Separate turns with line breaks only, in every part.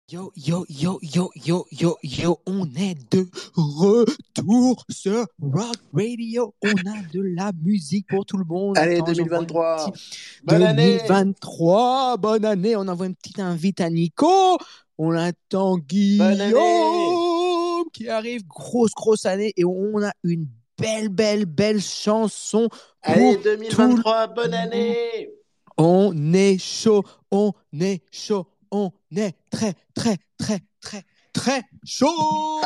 Yo, yo, yo, yo, yo, yo, yo, on est de retour sur Rock Radio. On a de la musique pour tout le monde.
Allez,
Attends,
2023. Bonne année.
2023, bonne année. On envoie une petite invite à Nico. On attend Guillaume qui arrive. Grosse année. Et on a une belle chanson.
Allez, 2023, bonne année.
On est chaud. On est très chaud.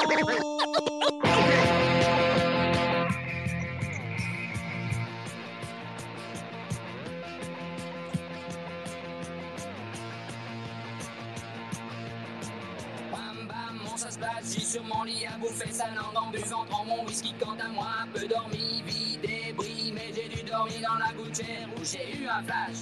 Ça se passe, j'suis sur mon lit à bouffer sa langue en buvant dans mon whisky. Quant à moi, un peu dormi, vie débris, mais j'ai dû dormir dans la gouttière où j'ai eu un flash.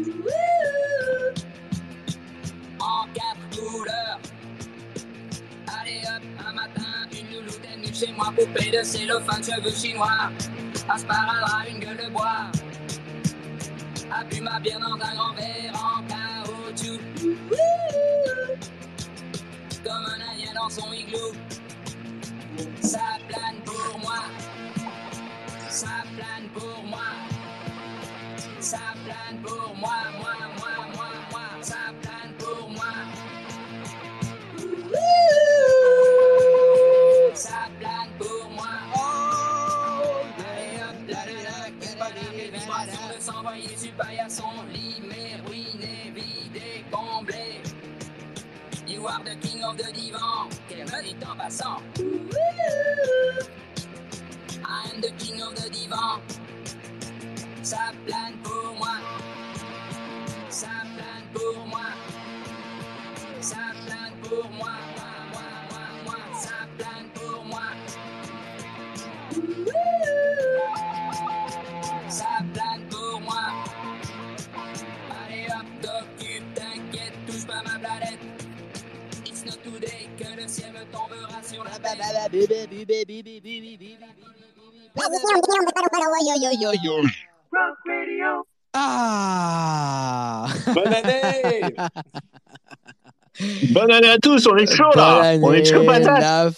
En 4 couleurs. Allez hop, un matin, une louloute est venue chez moi, poupée de cellophane, cheveux chinois, un sparadrap, une gueule de bois, a bu ma bière dans un grand verre en caoutchouc. Comme un indien dans son igloo. Ça plane pour moi. Ça plane pour moi. Ça plane pour moi. Moi. Ça plane pour moi. Ça plane pour moi. Allez hop, la, les vibrations de s'envoyer sur paillasson. Lit, mais ruiné, vidé, comblé. You are the king of the divan, qu'elle me dit en passant. I am the king of the divan. Ça plane pour moi. Ça plane pour moi. Ça plane pour moi. Moi. Ça plane pour moi. Ça plane pour moi. Allez hop, t'occupe, t'inquiète, touche pas ma planète. It's not today que le ciel me tombera sur la tête.
Rock Radio.
Ah.
Bonne année.
Bonne année à tous, on est chaud là. On est chaud patate.
La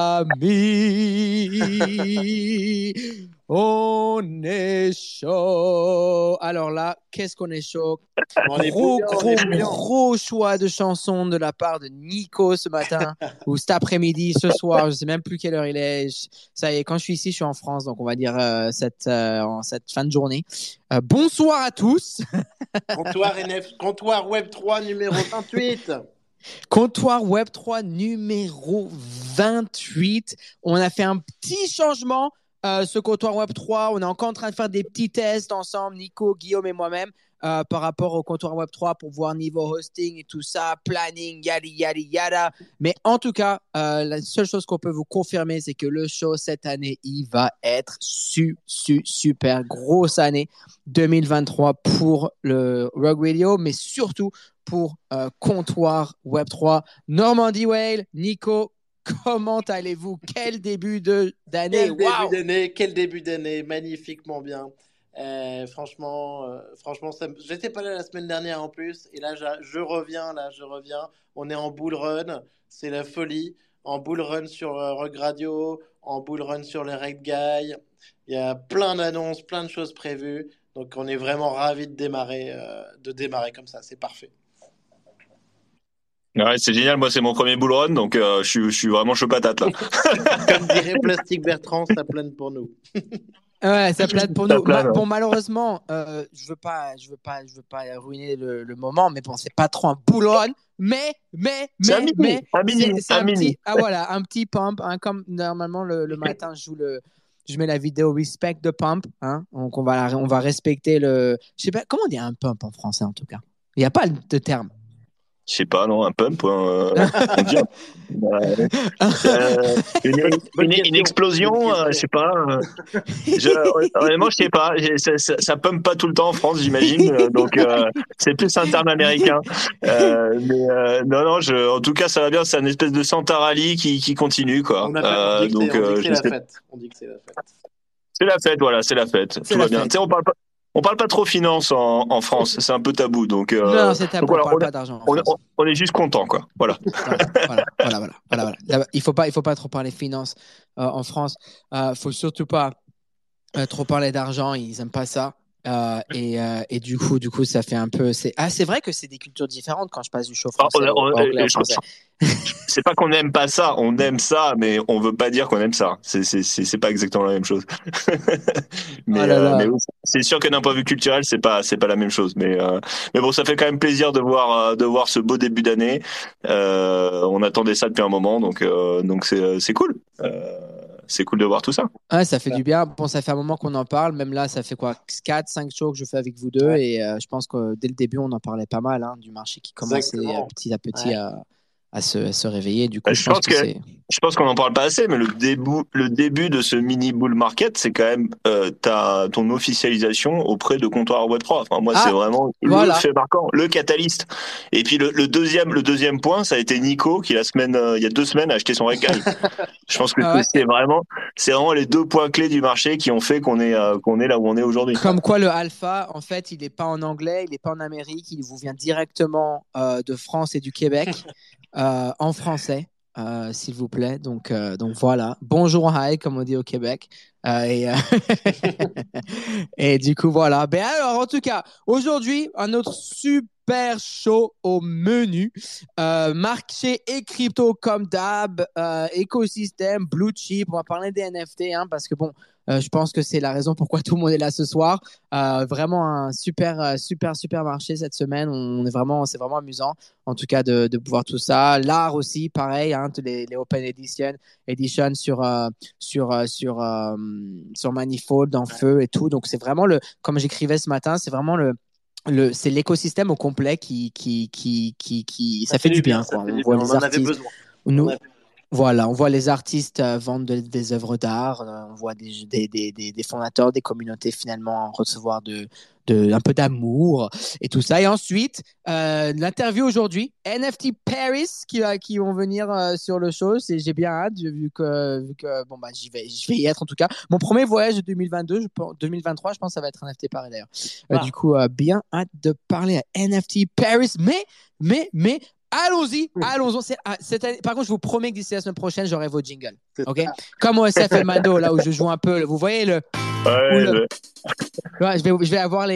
famille. On est chaud. Alors là, qu'est-ce qu'on est chaud.
On est bouillant.
Gros choix de chansons de la part de Nico ce matin ou cet après-midi, ce soir. Je sais même plus quelle heure il est. Ça y est, quand je suis ici, je suis en France, donc on va dire en cette fin de journée. Bonsoir à tous.
Comptoir Web 3 numéro 28.
Comptoir Web 3 numéro 28. On a fait un petit changement. Ce comptoir Web 3, on est encore en train de faire des petits tests ensemble, Nico, Guillaume et moi-même, par rapport au comptoir Web 3 pour voir niveau hosting et tout ça, planning, yada. Mais en tout cas, la seule chose qu'on peut vous confirmer, c'est que le show cette année, il va être super grosse année 2023 pour le Rock Radio, mais surtout pour comptoir Web 3. Normandie Whale, Nico, comment allez-vous? Quel début d'année?
Quel début d'année, magnifiquement bien. Franchement, j'étais pas là la semaine dernière en plus, et là je reviens. On est en bull run, c'est la folie. En bull run sur Rock Radio, en bull run sur les Reg Guy. Il y a plein d'annonces, plein de choses prévues. Donc on est vraiment ravis de démarrer comme ça, c'est parfait.
Ouais, c'est génial, moi c'est mon premier bull run, donc je suis vraiment chaud patate là.
Comme dirait Plastique Bertrand, ça plane pour nous.
Ouais, ça plane pour nous.
plane, ouais.
Bon, malheureusement, je veux pas ruiner le moment, mais bon, c'est pas trop un bull run, mais c'est un petit, un petit pump, hein, comme normalement le matin je mets la vidéo Respect de Pump, hein, donc on va respecter je sais pas, comment on dit un pump en français en tout cas. Il n'y a pas de terme.
Je sais pas, non, un pump, on dit une explosion, je sais pas. Honnêtement, je sais pas. Ça pump pas tout le temps en France, j'imagine. Donc, c'est plus un terme américain. Non, en tout cas, ça va bien. C'est une espèce de Santa Rally qui continue, quoi.
On dit que c'est la fête.
C'est la fête, voilà, c'est la fête. Tout va bien. Tu sais, on parle pas trop finance en France, c'est un peu tabou. Donc,
non, c'est tabou,
voilà,
on parle pas d'argent en France.
On est juste content, quoi. Voilà.
Voilà. Il faut pas trop parler finance en France. Faut surtout pas trop parler d'argent, ils aiment pas ça. Et du coup, ça fait un peu. C'est vrai que c'est des cultures différentes quand je passe du show français au anglais au français.
C'est pas qu'on aime pas ça, on aime ça, mais on veut pas dire qu'on aime ça. C'est pas exactement la même chose. Mais,
Oh là là.
mais oui, c'est sûr que d'un point de vue culturel, c'est pas la même chose. Mais bon, ça fait quand même plaisir de voir ce beau début d'année. On attendait ça depuis un moment, donc c'est cool. C'est cool de voir tout ça.
Ouais, ça fait du bien. Bon, ça fait un moment qu'on en parle. Même là, ça fait quoi, 4-5 shows que je fais avec vous deux.
Ouais.
Et je pense que dès le début, on en parlait pas mal du marché qui commençait petit à petit à se réveiller. Du coup, je
pense qu'on en parle pas assez, mais le début de ce mini bull market, c'est quand même ton officialisation auprès de Comptoir Web3. Enfin, moi, c'est vraiment le fait marquant, le catalyste. Et puis le deuxième point, ça a été Nico qui il y a 2 semaines a acheté son régal. Je pense que c'est vraiment les 2 points clés du marché qui ont fait qu'on est là où on est aujourd'hui.
Comme quoi le alpha, en fait, il n'est pas en anglais, il n'est pas en Amérique, il vous vient directement de France et du Québec. En français, s'il vous plaît. Donc voilà. Bonjour, hi, comme on dit au Québec. Et du coup, voilà. Ben alors, en tout cas, aujourd'hui, un autre super show au menu. Marché et crypto comme d'hab, écosystème, blue chip. On va parler des NFT parce que bon, je pense que c'est la raison pourquoi tout le monde est là ce soir. Vraiment un super marché cette semaine. C'est vraiment amusant, en tout cas, de pouvoir tout ça. L'art aussi, pareil, les Open Edition sur Manifold, en feu et tout. Donc, c'est vraiment comme j'écrivais ce matin, c'est vraiment c'est l'écosystème au complet ça fait du bien, quoi.
On voit les artistes.
Voilà, on voit les artistes vendre des œuvres d'art, on voit des fondateurs, des communautés finalement recevoir un peu d'amour et tout ça. Et ensuite, l'interview aujourd'hui, NFT Paris qui vont venir sur le show. J'ai bien hâte, vu que bon, bah, je vais y être en tout cas. Mon premier voyage de 2023, je pense que ça va être un NFT Paris d'ailleurs. Du coup, bien hâte de parler à NFT Paris. Mais allons-y. Cette année, par contre, je vous promets que d'ici la semaine prochaine, j'aurai vos jingles. Ok, comme au SFL Mando, là où je joue un peu. Vous voyez je vais avoir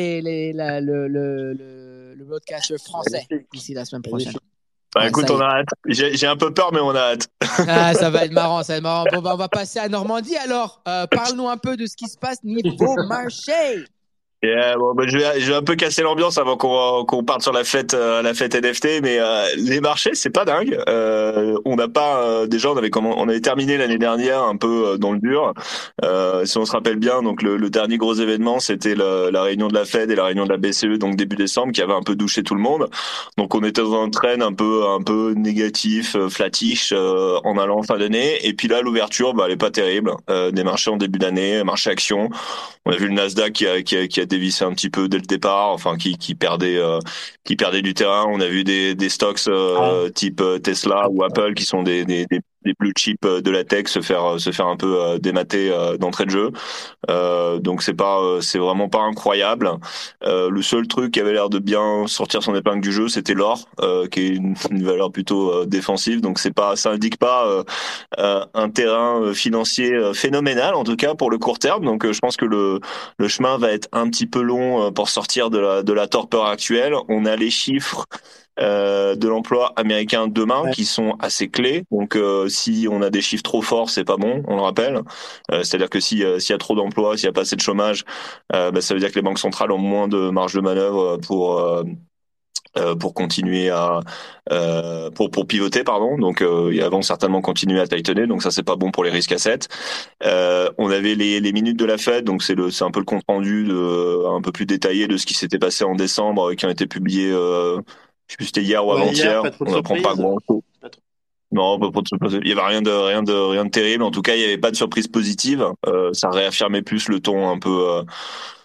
le broadcast français d'ici la semaine prochaine.
Bah, écoute, on a hâte. J'ai un peu peur, mais on a hâte.
Ça va être marrant. Bon, bah, on va passer à Normandie alors. Parle-nous un peu de ce qui se passe niveau marché.
Bon, bah, je vais un peu casser l'ambiance avant qu'on parte sur la fête NFT, mais les marchés, c'est pas dingue. On n'a pas déjà on avait terminé l'année dernière un peu dans le dur. Si on se rappelle bien, donc le dernier gros événement, c'était la réunion de la Fed et la réunion de la BCE, donc début décembre, qui avait un peu douché tout le monde. Donc on était dans un train un peu négatif, flattish en allant en fin d'année. Et puis là, l'ouverture, bah, elle est pas terrible. Des marchés en début d'année, marché action. On a vu le Nasdaq qui a dévissé un petit peu dès le départ, enfin qui perdait du terrain. On a vu des stocks type Tesla ou Apple qui sont des blue chips de la tech se faire un peu démater d'entrée de jeu. Donc c'est vraiment pas incroyable. Le seul truc qui avait l'air de bien sortir son épingle du jeu, c'était l'or, qui est une valeur plutôt défensive. Donc ça indique pas un terrain financier phénoménal, en tout cas pour le court terme. Donc je pense que le chemin va être un petit peu long pour sortir de la torpeur actuelle. On a les chiffres de l'emploi américain demain qui sont assez clés. Donc si on a des chiffres trop forts, c'est pas bon, on le rappelle. C'est-à-dire que s'il y a trop d'emplois, s'il y a pas assez de chômage, bah, ça veut dire que les banques centrales ont moins de marge de manœuvre pour continuer pour pivoter, pardon. Donc ils vont certainement continuer à tightener, donc ça c'est pas bon pour les risques assets. On avait les minutes de la Fed, donc c'est un peu le compte rendu un peu plus détaillé de ce qui s'était passé en décembre, qui ont été publiés je sais plus si c'était hier ou avant-hier. On n'apprend pas grand-chose. Non, il y avait rien de terrible. En tout cas, il y avait pas de surprise positive. Ça réaffirmait plus le ton un peu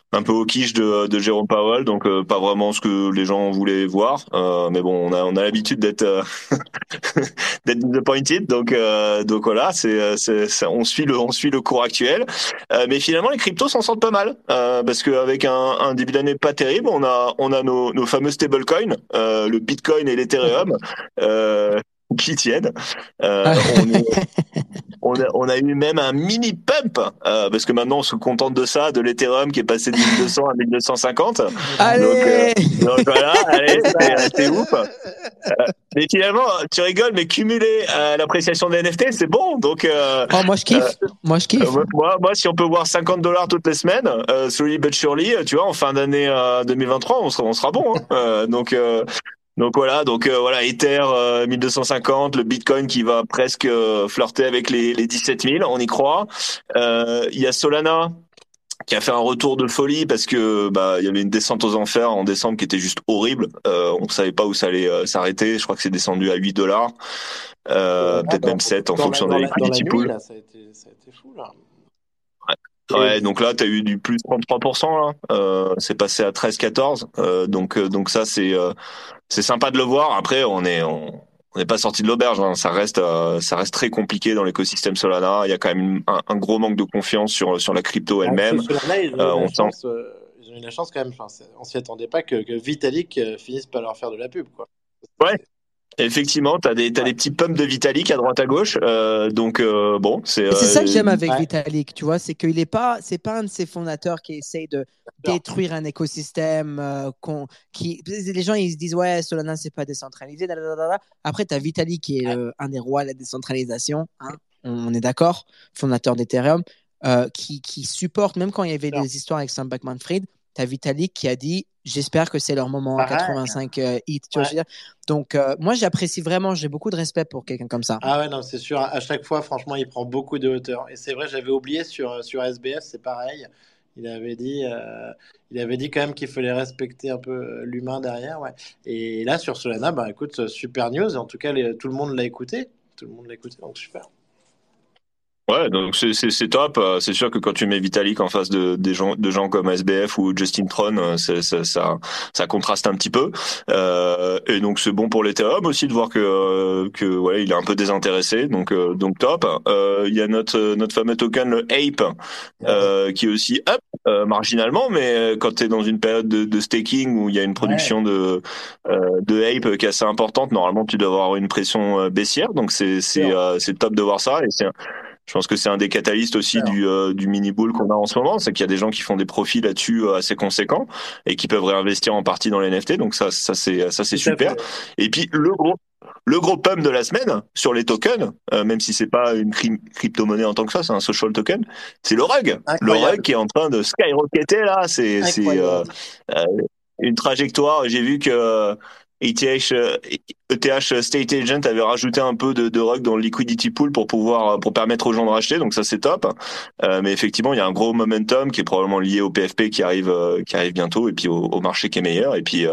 un peu au quiche de Jérôme Powell, donc pas vraiment ce que les gens voulaient voir. Mais bon, on a l'habitude d'être d'être disappointed, donc voilà, on suit le cours actuel. Mais finalement, les cryptos s'en sortent pas mal, parce qu'avec un début d'année pas terrible, on a nos fameux stablecoins, le Bitcoin et l'Ethereum. Qui tiennent. On a eu même un mini pump, parce que maintenant on se contente de ça, de l'Ethereum qui est passé de 1200 à 1250.
Allez,
donc voilà, allez, c'est ouf. Mais finalement, tu rigoles, mais cumuler l'appréciation des NFT, c'est bon. Donc,
oh, moi je kiffe. Moi je kiffe.
Moi, si on peut voir $50 toutes les semaines, slowly but surely, tu vois, en fin d'année 2023, on sera bon. Hein. Donc voilà, Ether 1250, le Bitcoin qui va presque flirter avec les 17 000, on y croit. Il y a Solana qui a fait un retour de folie parce que il y avait une descente aux enfers en décembre qui était juste horrible. On savait pas où ça allait s'arrêter. Je crois que c'est descendu à $8, peut-être même 7 en fonction des liquidity pools.
Ça a été fou là.
Ouais, donc là, tu as eu du plus 33%, là. C'est passé à 13-14. Donc ça, c'est sympa de le voir. Après, on n'est pas sorti de l'auberge. Hein. Ça reste très compliqué dans l'écosystème Solana. Il y a quand même un gros manque de confiance sur la crypto elle-même.
Solana, ils ont eu la chance quand même. Enfin, on s'y attendait pas que Vitalik finisse par leur faire de la pub, quoi.
Ouais. Effectivement, t'as des petits pumps de Vitalik à droite à gauche, donc bon, c'est
ça que j'aime avec Vitalik, tu vois, c'est qu'il c'est pas un de ces fondateurs qui essaye de détruire un écosystème, les gens ils se disent ouais Solana c'est pas décentralisé, après t'as Vitalik qui est un des rois de la décentralisation, hein, on est d'accord, fondateur d'Ethereum, qui supporte même quand il y avait des histoires avec Sam Bankman-Fried, t'as Vitalik qui a dit j'espère que c'est leur moment 85 hit, tu vois, je veux dire. Donc moi j'apprécie vraiment, j'ai beaucoup de respect pour quelqu'un comme ça.
Ah ouais, non, c'est sûr, à chaque fois franchement il prend beaucoup de hauteur, et c'est vrai, j'avais oublié sur SBF, c'est pareil, il avait dit quand même qu'il fallait respecter un peu l'humain derrière, ouais. Et là sur Solana, écoute, super news, en tout cas tout le monde l'a écouté, donc super.
Ouais, donc c'est top. C'est sûr que quand tu mets Vitalik en face de gens comme SBF ou Justin Tron, ça contraste un petit peu. Et donc c'est bon pour l'Ethereum aussi de voir que ouais, il est un peu désintéressé. Donc top. Il y a notre fameux token le Ape, qui est aussi up marginalement, mais quand tu es dans une période de staking où il y a une production de Ape qui est assez importante, normalement tu dois avoir une pression baissière. Donc c'est top de voir ça, et je pense que c'est un des catalystes aussi du mini bull qu'on a en ce moment, c'est qu'il y a des gens qui font des profits là-dessus assez conséquents et qui peuvent réinvestir en partie dans les NFT. Donc ça c'est super. Et puis le gros pump de la semaine sur les tokens, même si c'est pas une crypto-monnaie en tant que ça, c'est un social token, c'est le RUG.
Incroyable.
Le RUG qui est en train de skyrocketer là, c'est une trajectoire. J'ai vu que ETH State Agent avait rajouté un peu de RUG dans le liquidity pool pour permettre aux gens de racheter, donc ça c'est top. Mais effectivement, il y a un gros momentum qui est probablement lié au PFP qui arrive bientôt, et puis au marché qui est meilleur, et puis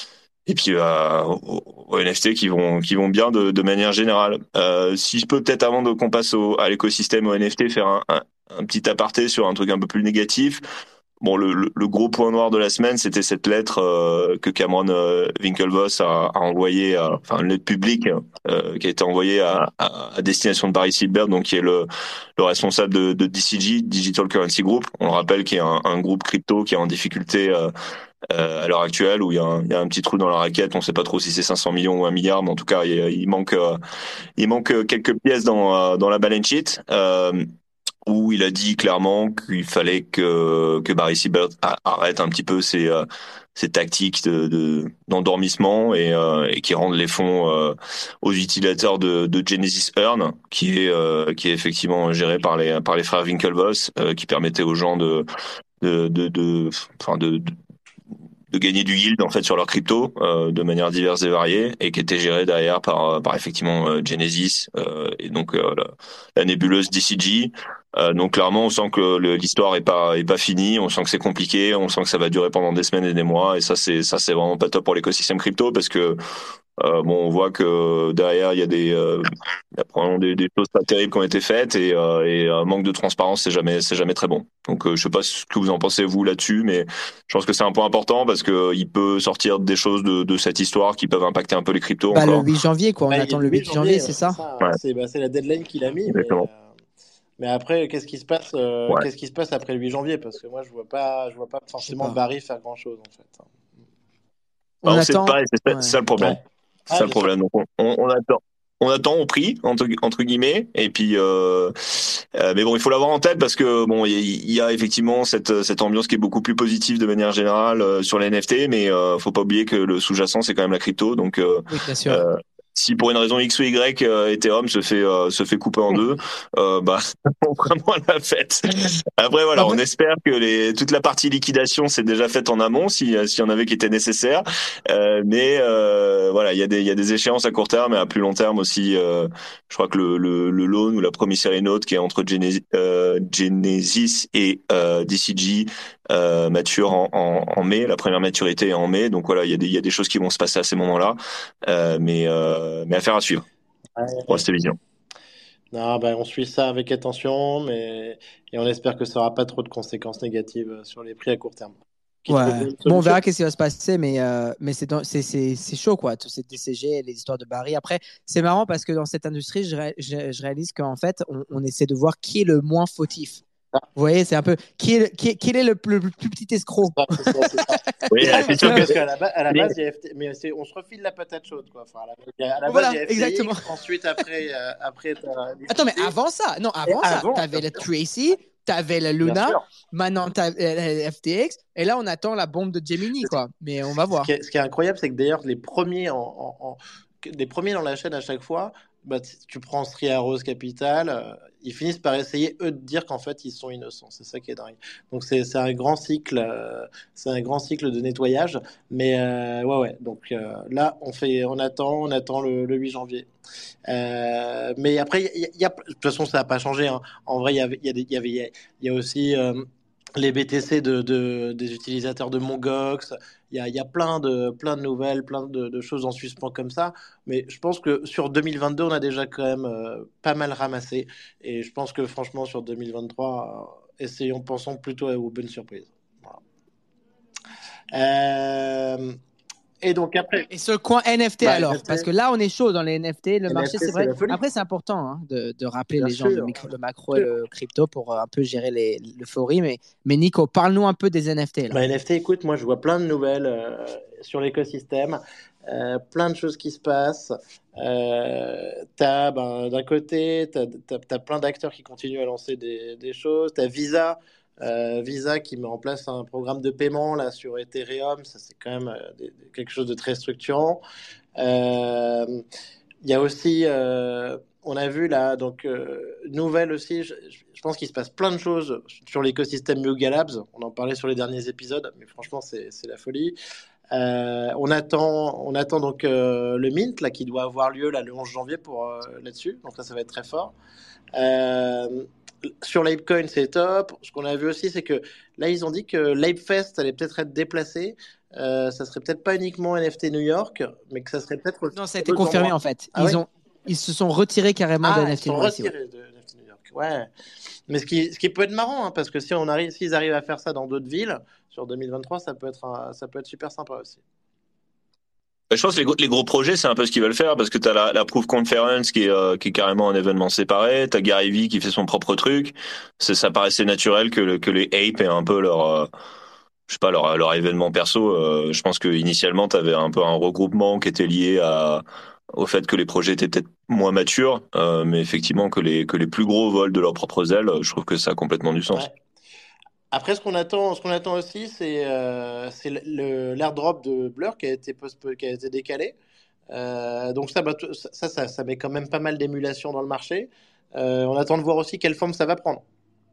aux NFT qui vont bien de manière générale. Si je peux peut-être, avant qu'on passe à l'écosystème aux NFT, faire un petit aparté sur un truc un peu plus négatif. Bon, le gros point noir de la semaine, c'était cette lettre que Cameron Winklevoss a envoyée, enfin une lettre publique qui a été envoyée à destination de Barry Silbert, donc qui est le responsable de DCG, Digital Currency Group. On le rappelle, qui est un groupe crypto qui est en difficulté à l'heure actuelle, où il y a un petit trou dans la raquette. On ne sait pas trop si c'est 500 millions ou 1 milliard, mais en tout cas, il manque quelques pièces dans la balance sheet. Où il a dit clairement qu'il fallait que Barry Silbert arrête un petit peu ses tactiques d'endormissement, et qui rende les fonds aux utilisateurs de Genesis Earn, qui est effectivement géré par les frères Winklevoss, qui permettait aux gens de gagner du yield en fait sur leur crypto de manière diverse et variée, et qui était géré derrière par effectivement Genesis, et donc la nébuleuse DCG. Donc clairement, on sent que l'histoire est pas finie, on sent que c'est compliqué, on sent que ça va durer pendant des semaines et des mois, et ça c'est vraiment pas top pour l'écosystème crypto, parce que Bon, on voit que derrière, il y a il y a probablement des choses pas terribles qui ont été faites et un manque de transparence, c'est jamais très bon. Donc, je sais pas ce que vous en pensez vous là-dessus, mais je pense que c'est un point important parce que il peut sortir des choses de cette histoire qui peuvent impacter un peu les cryptos
Le
encore.
8 janvier, quoi. On
Il y
attend
a
le 8 janvier, c'est ça?
Ouais,
C'est la deadline qu'il a mis,
exactement.
mais après, qu'est-ce qui se passe,
Ouais.
qu'est-ce qui se passe après le 8 janvier? Parce que moi, je vois pas
Je sais
forcément
pas.
Barry faire grand-chose, en fait.
On
C'est
attend.
pareil,
Ouais.
c'est ça le problème.
Ouais.
C'est ça le
Bien sûr.
problème. Donc on attend. On attend, on prie entre guillemets, et puis mais bon, il faut l'avoir en tête parce que bon, il y a effectivement cette ambiance qui est beaucoup plus positive de manière générale sur les NFT, mais faut pas oublier que le sous-jacent c'est quand même la crypto, donc
Oui, bien sûr.
si pour une raison X ou Y, Ethereum se fait couper en deux, bah on vraiment la fête. Après voilà, on
Après,
espère que toute la partie liquidation c'est déjà faite en amont, s'il y en avait qui était nécessaire. Mais voilà, il y a des échéances à court terme et à plus long terme aussi. Je crois que le loan ou la promissory note qui est entre Genesis et DCG mature en mai. La première maturité est en mai, donc voilà, il y a des choses qui vont se passer à ces moments-là. Mais affaire à suivre pour
Ouais.
cette vision.
Non, ben, on suit ça avec attention, et on espère que ça aura pas trop de conséquences négatives sur les prix à court terme. Qu'ils
ouais.
trouveront une
Bon, on
solution.
verra qu'est-ce qui va se passer, mais c'est chaud, quoi. Tous ces DCG, les histoires de Barry. Après, c'est marrant parce que dans cette industrie, je réalise qu'en fait, on essaie de voir qui est le moins fautif. Vous voyez, c'est un peu quel est le plus petit escroc.
C'est ça.
Oui, c'est sûr
Parce
que
qu'à la base, il y a mais on se refile la patate chaude, quoi. Enfin, à la base,
Voilà,
il y a FTX,
exactement.
ensuite, après t'as
Attends, mais
DCG.
avant ça, non,
Et
avant ça,
avant,
t'avais le Tracy, t'avais le
bien
Luna,
sûr.
maintenant t'as le FTX, et là on attend la bombe de Gemini, quoi. Mais on va voir.
Ce qui est incroyable, c'est que d'ailleurs, les premiers dans la chaîne à chaque fois, bah, tu prends Three Arrows Capital, ils finissent par essayer, eux, de dire qu'en fait, ils sont innocents. C'est ça qui est dingue. Donc, c'est un grand cycle, c'est un grand cycle de nettoyage. Mais ouais. Donc là, on attend le 8 janvier. Mais après, de toute façon, ça n'a pas changé, hein. En vrai, il y a aussi les BTC des utilisateurs de Mongox. Il y a plein de nouvelles, plein de choses en suspens comme ça. Mais je pense que sur 2022, on a déjà quand même pas mal ramassé. Et je pense que franchement, sur 2023, pensons plutôt aux bonnes surprises. Voilà. Et donc après.
Et ce coin NFT
Bah,
alors,
NFT.
parce que là on est chaud dans les NFT, le marché
NFT,
c'est vrai.
la folie.
Après c'est important hein, de rappeler
Bien
les gens
sûr.
le macro et le crypto pour un peu gérer l'euphorie. Mais Nico, parle-nous un peu des NFT là.
Bah, NFT, écoute, moi je vois plein de nouvelles sur l'écosystème, plein de choses qui se passent. D'un côté, t'as plein d'acteurs qui continuent à lancer des choses. T'as Visa qui met en place un programme de paiement là sur Ethereum. Ça c'est quand même quelque chose de très structurant. Il y a aussi, on a vu là, donc nouvelle aussi. Je pense qu'il se passe plein de choses sur l'écosystème Yuga Labs. On en parlait sur les derniers épisodes, mais franchement c'est la folie. On attend donc le mint là qui doit avoir lieu là le 11 janvier pour là-dessus. Donc là ça va être très fort. Sur l'Apecoin, c'est top. Ce qu'on a vu aussi, c'est que là, ils ont dit que l'Apefest allait peut-être être déplacé. Ça serait peut-être pas uniquement NFT New York, mais que ça serait peut-être aussi
Non, ça a été confirmé en fait. Ils se sont retirés carrément de NFT
New York. Ils sont retirés de NFT New York. Ouais. Mais ce qui peut être marrant, hein, parce que s'ils arrivent à faire ça dans d'autres villes sur 2023, ça peut être super sympa aussi.
Je pense que les gros projets, c'est un peu ce qu'ils veulent faire parce que tu as la Proof Conference qui est carrément un événement séparé. Tu as Gary Vee qui fait son propre truc. Ça paraissait naturel que les Ape aient un peu je sais pas, leur événement perso. Je pense que initialement, tu avais un peu un regroupement qui était lié au fait que les projets étaient peut-être moins matures, mais effectivement que les plus gros volent de leurs propres ailes. Je trouve que ça a complètement du sens.
Ouais. Après, ce qu'on attend aussi, c'est l'airdrop de Blur qui a été décalé. Donc ça met quand même pas mal d'émulation dans le marché. On attend de voir aussi quelle forme ça va prendre.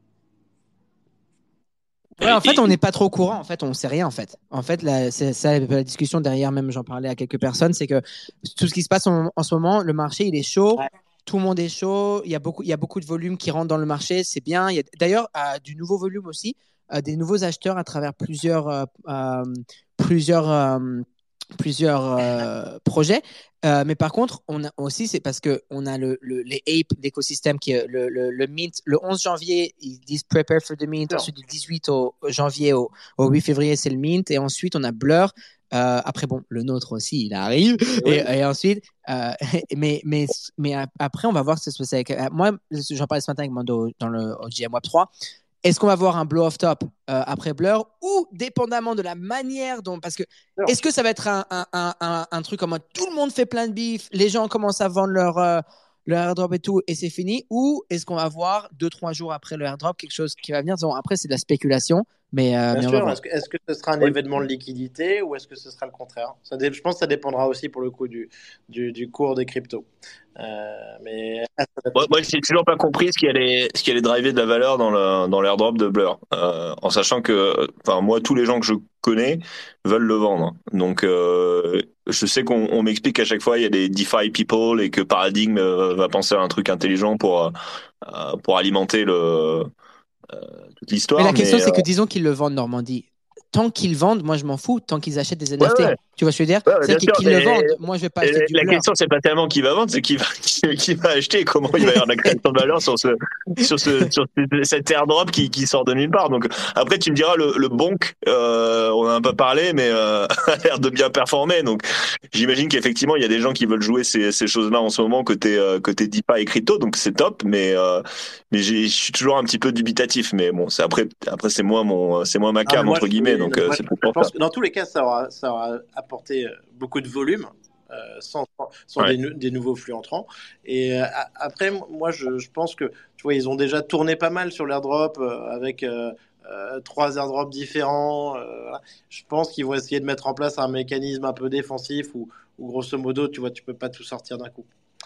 Ouais, en fait, on n'est pas trop au courant. En fait, on sait rien. En fait, c'est ça la discussion derrière. Même, j'en parlais à quelques personnes. C'est que tout ce qui se passe en ce moment, le marché, il est chaud.
Ouais.
Tout le monde est chaud. Il y a beaucoup de volume qui rentre dans le marché. C'est bien. Il y a d'ailleurs du nouveau volume aussi, des nouveaux acheteurs à travers plusieurs projets. Mais par contre, on a aussi, c'est parce qu'on a les apes d'écosystème qui est le Mint. Le 11 janvier, ils disent Prepare for the Mint. Ensuite, du 18 au janvier au 8 février, c'est le Mint. Et ensuite, on a Blur. Après, bon, le nôtre aussi, il arrive. Et ensuite, mais après, on va voir ce qui se passe avec. Moi, j'en parlais ce matin avec Mando dans le GM Web 3. Est-ce qu'on va voir un blow-off top après Blur ou dépendamment de la manière dont. Parce que est-ce que ça va être un truc comme tout le monde fait plein de bif, les gens commencent à vendre leur airdrop et tout et c'est fini, ou est-ce qu'on va voir 2-3 jours après le airdrop quelque chose qui va venir? Bon, après, c'est de la spéculation, mais
Bien
on va
sûr,
voir.
est-ce que ce sera un événement de liquidité ou est-ce que ce sera le contraire? Je pense que ça dépendra aussi pour le coup du cours des cryptos. Mais
Moi, j'ai toujours pas compris ce qui allait driver de la valeur dans l'airdrop de Blur, en sachant que, enfin, moi, tous les gens que je connais veulent le vendre. Donc, je sais qu'on m'explique qu'à chaque fois il y a des DeFi people et que Paradigm va penser à un truc intelligent pour alimenter toute l'histoire.
Mais la question, c'est que disons qu'ils le vendent Normandie. Tant qu'ils vendent, moi je m'en fous, tant qu'ils achètent des NFT.
Ouais.
Tu vois ce que je veux dire?
Ouais,
c'est
bien sûr,
qu'ils le vendent. Moi, je vais pas acheter du
la
Blur.
question, c'est pas tellement qui va vendre, c'est qui va acheter et comment il va y avoir de la création de valeur sur cet airdrop qui sort de nulle part. Donc, après, tu me diras, le bonk, on en a un peu parlé, mais a l'air de bien performer. Donc, j'imagine qu'effectivement, il y a des gens qui veulent jouer ces choses-là en ce moment côté DeFi et crypto. Donc, c'est top, mais je suis toujours un petit peu dubitatif. Mais bon, après, c'est moi ma cam, entre guillemets. Donc, c'est pour
je pense que dans tous les cas, ça aura apporté beaucoup de volume sans des nouveaux flux entrants. Et après, moi, je pense que tu vois, ils ont déjà tourné pas mal sur l'airdrop avec 3 airdrops différents. Voilà. Je pense qu'ils vont essayer de mettre en place un mécanisme un peu défensif où grosso modo, tu vois, tu peux pas tout sortir d'un coup.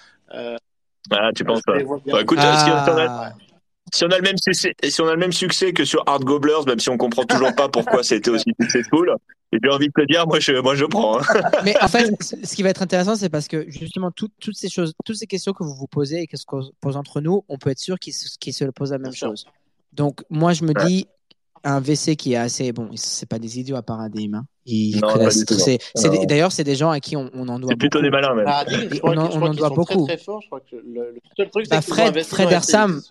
Tu penses pas? Écoute, si on a le même succès que sur Hard Gobblers, même si on comprend toujours pas pourquoi ça a été aussi successful, et j'ai envie de te dire, moi je prends.
Mais en fait, ce qui va être intéressant, c'est parce que justement toutes ces choses, toutes ces questions que vous vous posez et que ce qu'on pose entre nous, on peut être sûr qu'ils se posent la même chose. Donc moi je me dis, un VC qui est assez bon, c'est pas des idiots à Paradigm. Hein. D'ailleurs, c'est des gens à qui on en doit beaucoup.
C'est plutôt des malins même.
On en doit beaucoup. Très fort. Je crois que le seul truc, c'est
Fred Ersam.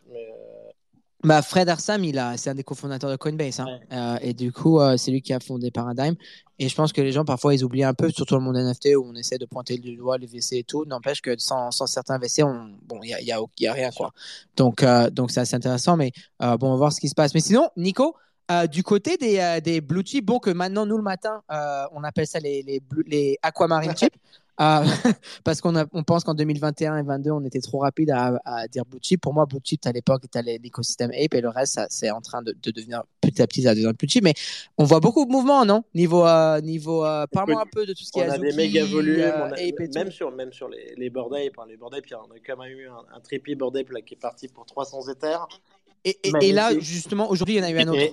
Fred Ersam, c'est un des cofondateurs de Coinbase. Hein. Et du coup, c'est lui qui a fondé Paradigm. Et je pense que les gens, parfois, ils oublient un peu, surtout le monde NFT où on essaie de pointer du doigt les VC et tout. N'empêche que sans certains VC, il y a rien, quoi. Donc, c'est assez intéressant. Mais on va voir ce qui se passe. Mais sinon, Nico, du côté des blue chips, bon, que maintenant, nous, le matin, on appelle ça les aquamarine chips. Parce qu'on pense qu'en 2021 et 2022, on était trop rapide à dire blue chip. Pour moi, blue chip, à l'époque, était l'écosystème Ape et le reste, c'est en train de devenir petit à petit, ça devient blue chip. Mais on voit beaucoup de mouvements, non? Niveau parle-moi un peu de tout ce qui est
Azuki. On a des méga volumes, même sur les Bored Ape. Les Bored Ape, on a quand même eu un trippy Bored Ape là, qui est parti pour 300 Ethers.
Et là, justement, aujourd'hui, il y en a eu un autre.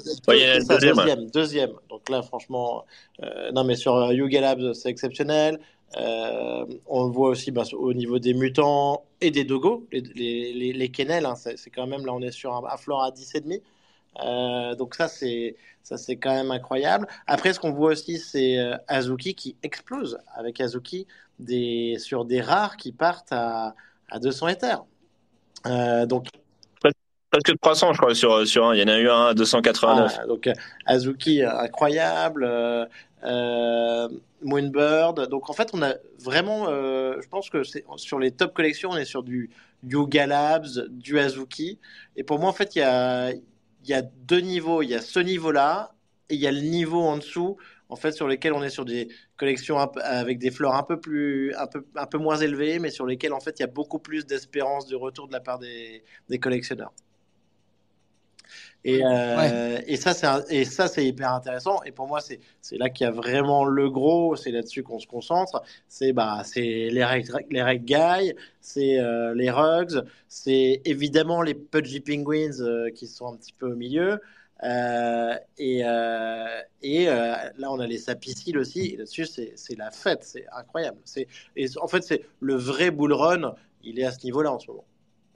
Deuxième. Donc là, franchement, non, mais sur Yuga Labs, c'est exceptionnel. On le voit aussi au niveau des mutants et des dogos, les kennels. Hein, c'est quand même, là, on est sur un floor à 10,5. Donc ça, c'est quand même incroyable. Après, ce qu'on voit aussi, c'est Azuki qui explose avec Azuki sur des rares qui partent à 200 Ethers. Donc
presque 300, je crois, sur un. Il y en a eu un à 289.
Donc Azuki, incroyable. Moonbird. Donc en fait, on a vraiment, je pense que sur les top collections, on est sur du Yuga Labs, du Azuki. Et pour moi, en fait, il y a 2 niveaux. Il y a ce niveau-là et il y a le niveau en dessous, en fait, sur lesquels on est sur des collections avec des fleurs un peu moins élevées, mais sur lesquelles en fait il y a beaucoup plus d'espérance de retour de la part des collectionneurs. Et ça, c'est hyper intéressant. Et pour moi, c'est là qu'il y a vraiment le gros. C'est là-dessus qu'on se concentre. C'est les reg guys, c'est les rugs, c'est évidemment les pudgy penguins qui sont un petit peu au milieu. Là, on a les sapiciles aussi. Et là-dessus, c'est la fête. C'est incroyable. En fait, c'est le vrai bull run. Il est à ce niveau-là en ce moment.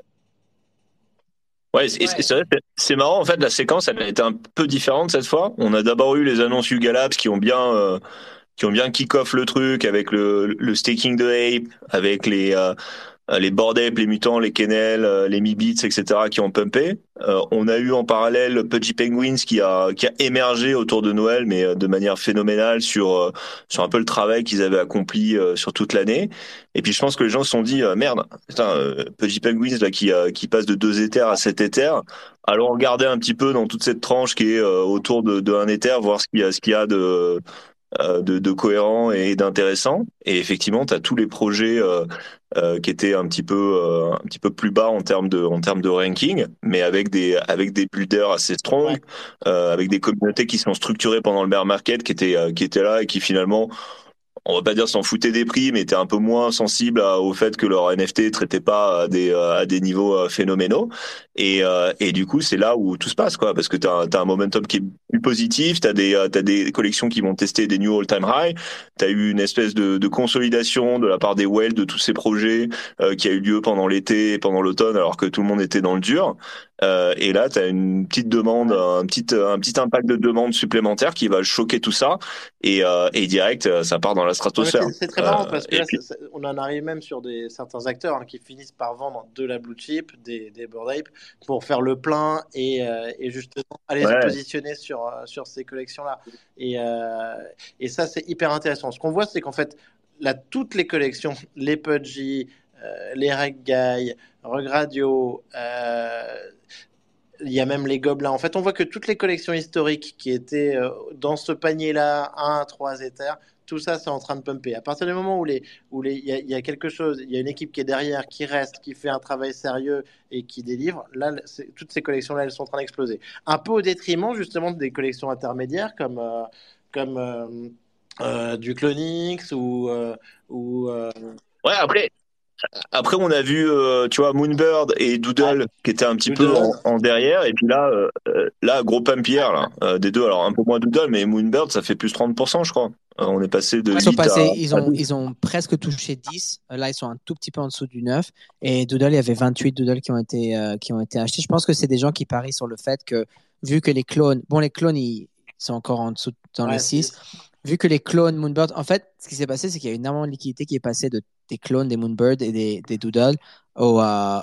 Ouais, c'est marrant, en fait, la séquence, elle a été un peu différente cette fois. On a d'abord eu les annonces Yuga Labs qui ont bien qui ont bien kick-off le truc avec le staking de Ape, avec les Bored Ape, les Mutants, les Kennel, les Mi-Bits, etc., qui ont pumpé. On a eu en parallèle Pudgy Penguins qui a émergé autour de Noël, mais de manière phénoménale sur un peu le travail qu'ils avaient accompli sur toute l'année. Et puis je pense que les gens se sont dit merde, putain, Pudgy Penguins là qui passe de 2 Ethers à 7 Ethers. Allons regarder un petit peu dans toute cette tranche qui est autour de 1 Ether, voir ce qu'il y a de cohérent et d'intéressant. Et effectivement, tu as tous les projets qui étaient un petit peu plus bas en termes de ranking, mais avec des builders assez strong, avec des communautés qui sont structurées pendant le bear market, qui étaient là et qui finalement, on va pas dire s'en foutaient des prix, mais étaient un peu moins sensibles au fait que leur NFT traitait pas à des niveaux phénoménaux. Et du coup, c'est là où tout se passe, quoi, parce que t'as un momentum qui est plus positif, t'as des collections qui vont tester des new all-time high, t'as eu une espèce de consolidation de la part des whales de tous ces projets qui a eu lieu pendant l'été et pendant l'automne, alors que tout le monde était dans le dur. Et là, t'as une petite demande, un petit impact de demande supplémentaire qui va choquer tout ça. Et direct, ça part dans la stratosphère.
C'est très marrant parce que là,
puis...
on en arrive même sur certains acteurs qui finissent par vendre de la blue chip, des Bored Ape, pour faire le plein et justement aller se positionner sur ces collections-là. Et ça, c'est hyper intéressant. Ce qu'on voit, c'est qu'en fait, là, toutes les collections, les Pudgy, les Reg Guy, Regradio, il y a même les gobelins. En fait, on voit que toutes les collections historiques qui étaient dans ce panier-là, 1 à 3 Ethers, tout ça, c'est en train de pumper. À partir du moment où il y a quelque chose, il y a une équipe qui est derrière, qui reste, qui fait un travail sérieux et qui délivre, là, toutes ces collections-là, elles sont en train d'exploser. Un peu au détriment, justement, des collections intermédiaires comme du Clonix
Ouais, après, on a vu, tu vois, Moonbird et Doodle qui étaient un petit peu en derrière. Et puis là, gros pump hier, là, des deux. Alors, un peu moins Doodle, mais Moonbird, ça fait plus 30%, je crois. On est passé de 8
ils ont presque touché 10. Là, ils sont un tout petit peu en dessous du 9. Et Doodle, il y avait 28 Doodle qui ont été achetés. Je pense que c'est des gens qui parient sur le fait que, vu que les clones, ils sont encore en dessous dans le 6. Vu que les clones Moonbird, en fait, ce qui s'est passé, c'est qu'il y a une énormément de liquidité qui est passée des clones des Moonbird et des Doodle à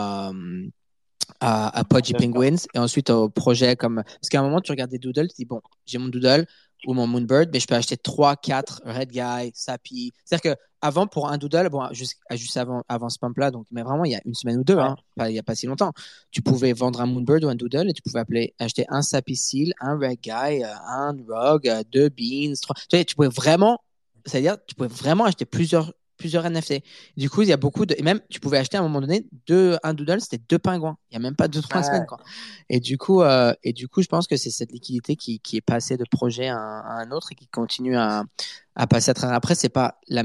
Pudgy Penguins et ensuite au projet comme. Parce qu'à un moment, tu regardes des Doodles, tu dis, bon, j'ai mon Doodle ou mon Moonbird, mais je peux acheter 3, 4 Red Guy, Sappy. C'est-à-dire qu'avant, pour un Doodle, bon, juste avant ce pump-là, donc, mais vraiment, il y a une semaine ou deux, il n'y a pas si longtemps, tu pouvais vendre un Moonbird ou un Doodle et tu pouvais acheter un Sappy Seal, un Red Guy, un Rogue, 2 Beans, 3. Tu pouvais vraiment, c'est-à-dire, tu pouvais vraiment acheter plusieurs NFT. Du coup, il y a beaucoup de. Et même, tu pouvais acheter à un moment donné un Doodle, c'était 2 pingouins. Il n'y a même pas 2-3 semaines. Quoi. Et du coup, je pense que c'est cette liquidité qui est passée de projet à un autre et qui continue à passer à travers. Après, c'est pas le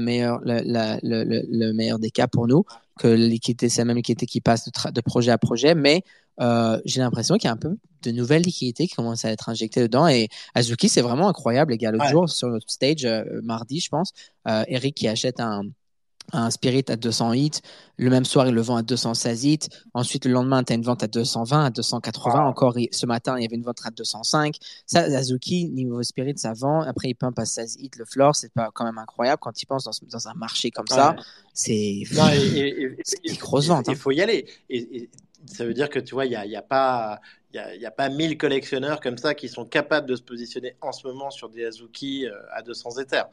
meilleur des cas pour nous, que liquidité, c'est la même liquidité qui passe de projet à projet, mais j'ai l'impression qu'il y a un peu de nouvelles liquidités qui commencent à être injectées dedans. Et Azuki, c'est vraiment incroyable, les gars. L'autre jour, sur notre stage, mardi, je pense, Eric qui achète un Spirit à 200 hits. Le même soir, il le vend à 216 hits. Ensuite, le lendemain, tu as une vente à 220, à 280. Encore, ce matin, il y avait une vente à 205. Ça, Azuki, niveau Spirit, ça vend. Après, il pump à 16 hits. Le floor, c'est pas quand même incroyable. Quand il pense dans un marché comme ça, c'est des grosses ventes.
Il faut y aller. Et ça veut dire que, tu vois, il n'y a pas 1000 collectionneurs comme ça qui sont capables de se positionner en ce moment sur des Azuki à 200 Ethers.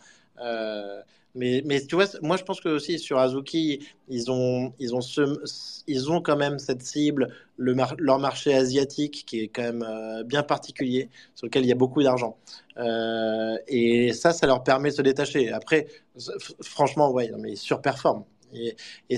Mais tu vois, moi je pense que aussi sur Azuki, ils ont quand même cette cible, leur marché asiatique qui est quand même bien particulier, sur lequel il y a beaucoup d'argent. Et ça leur permet de se détacher. Après, franchement, ouais, non, mais ils surperforment. Et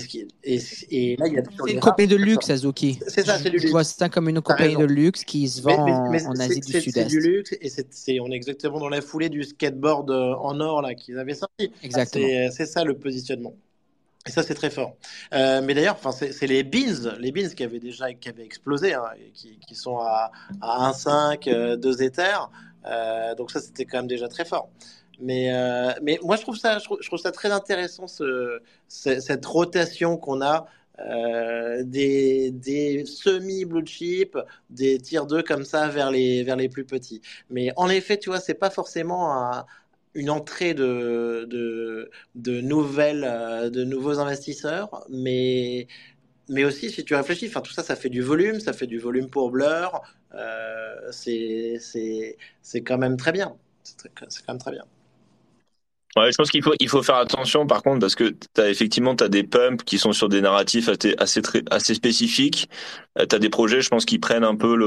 là, il y a
c'est une compagnie de luxe, Azuki.
C'est ça, c'est du luxe.
Je vois ça comme une compagnie de luxe qui se vend en Asie du Sud-Est.
C'est du luxe et on est exactement dans la foulée du skateboard en or là qu'ils avaient sorti.
Exactement.
C'est ça le positionnement. Et ça, c'est très fort. Mais d'ailleurs, c'est les Beans qui avaient explosé, qui sont à 1,5, 2 Ethers. Donc ça, c'était quand même déjà très fort. Mais moi, je trouve ça très intéressant, cette rotation qu'on a des semi-blue chip, des tier 2 comme ça vers les plus petits. Mais en effet, tu vois, c'est pas forcément une entrée de de nouveaux investisseurs, mais aussi, si tu réfléchis, enfin, tout ça, ça fait du volume pour Blur. C'est quand même très bien. C'est quand même très bien.
Ouais, je pense qu'il faut faire attention par contre parce que t'as des pumps qui sont sur des narratifs assez spécifiques. T'as des projets, je pense, qui prennent un peu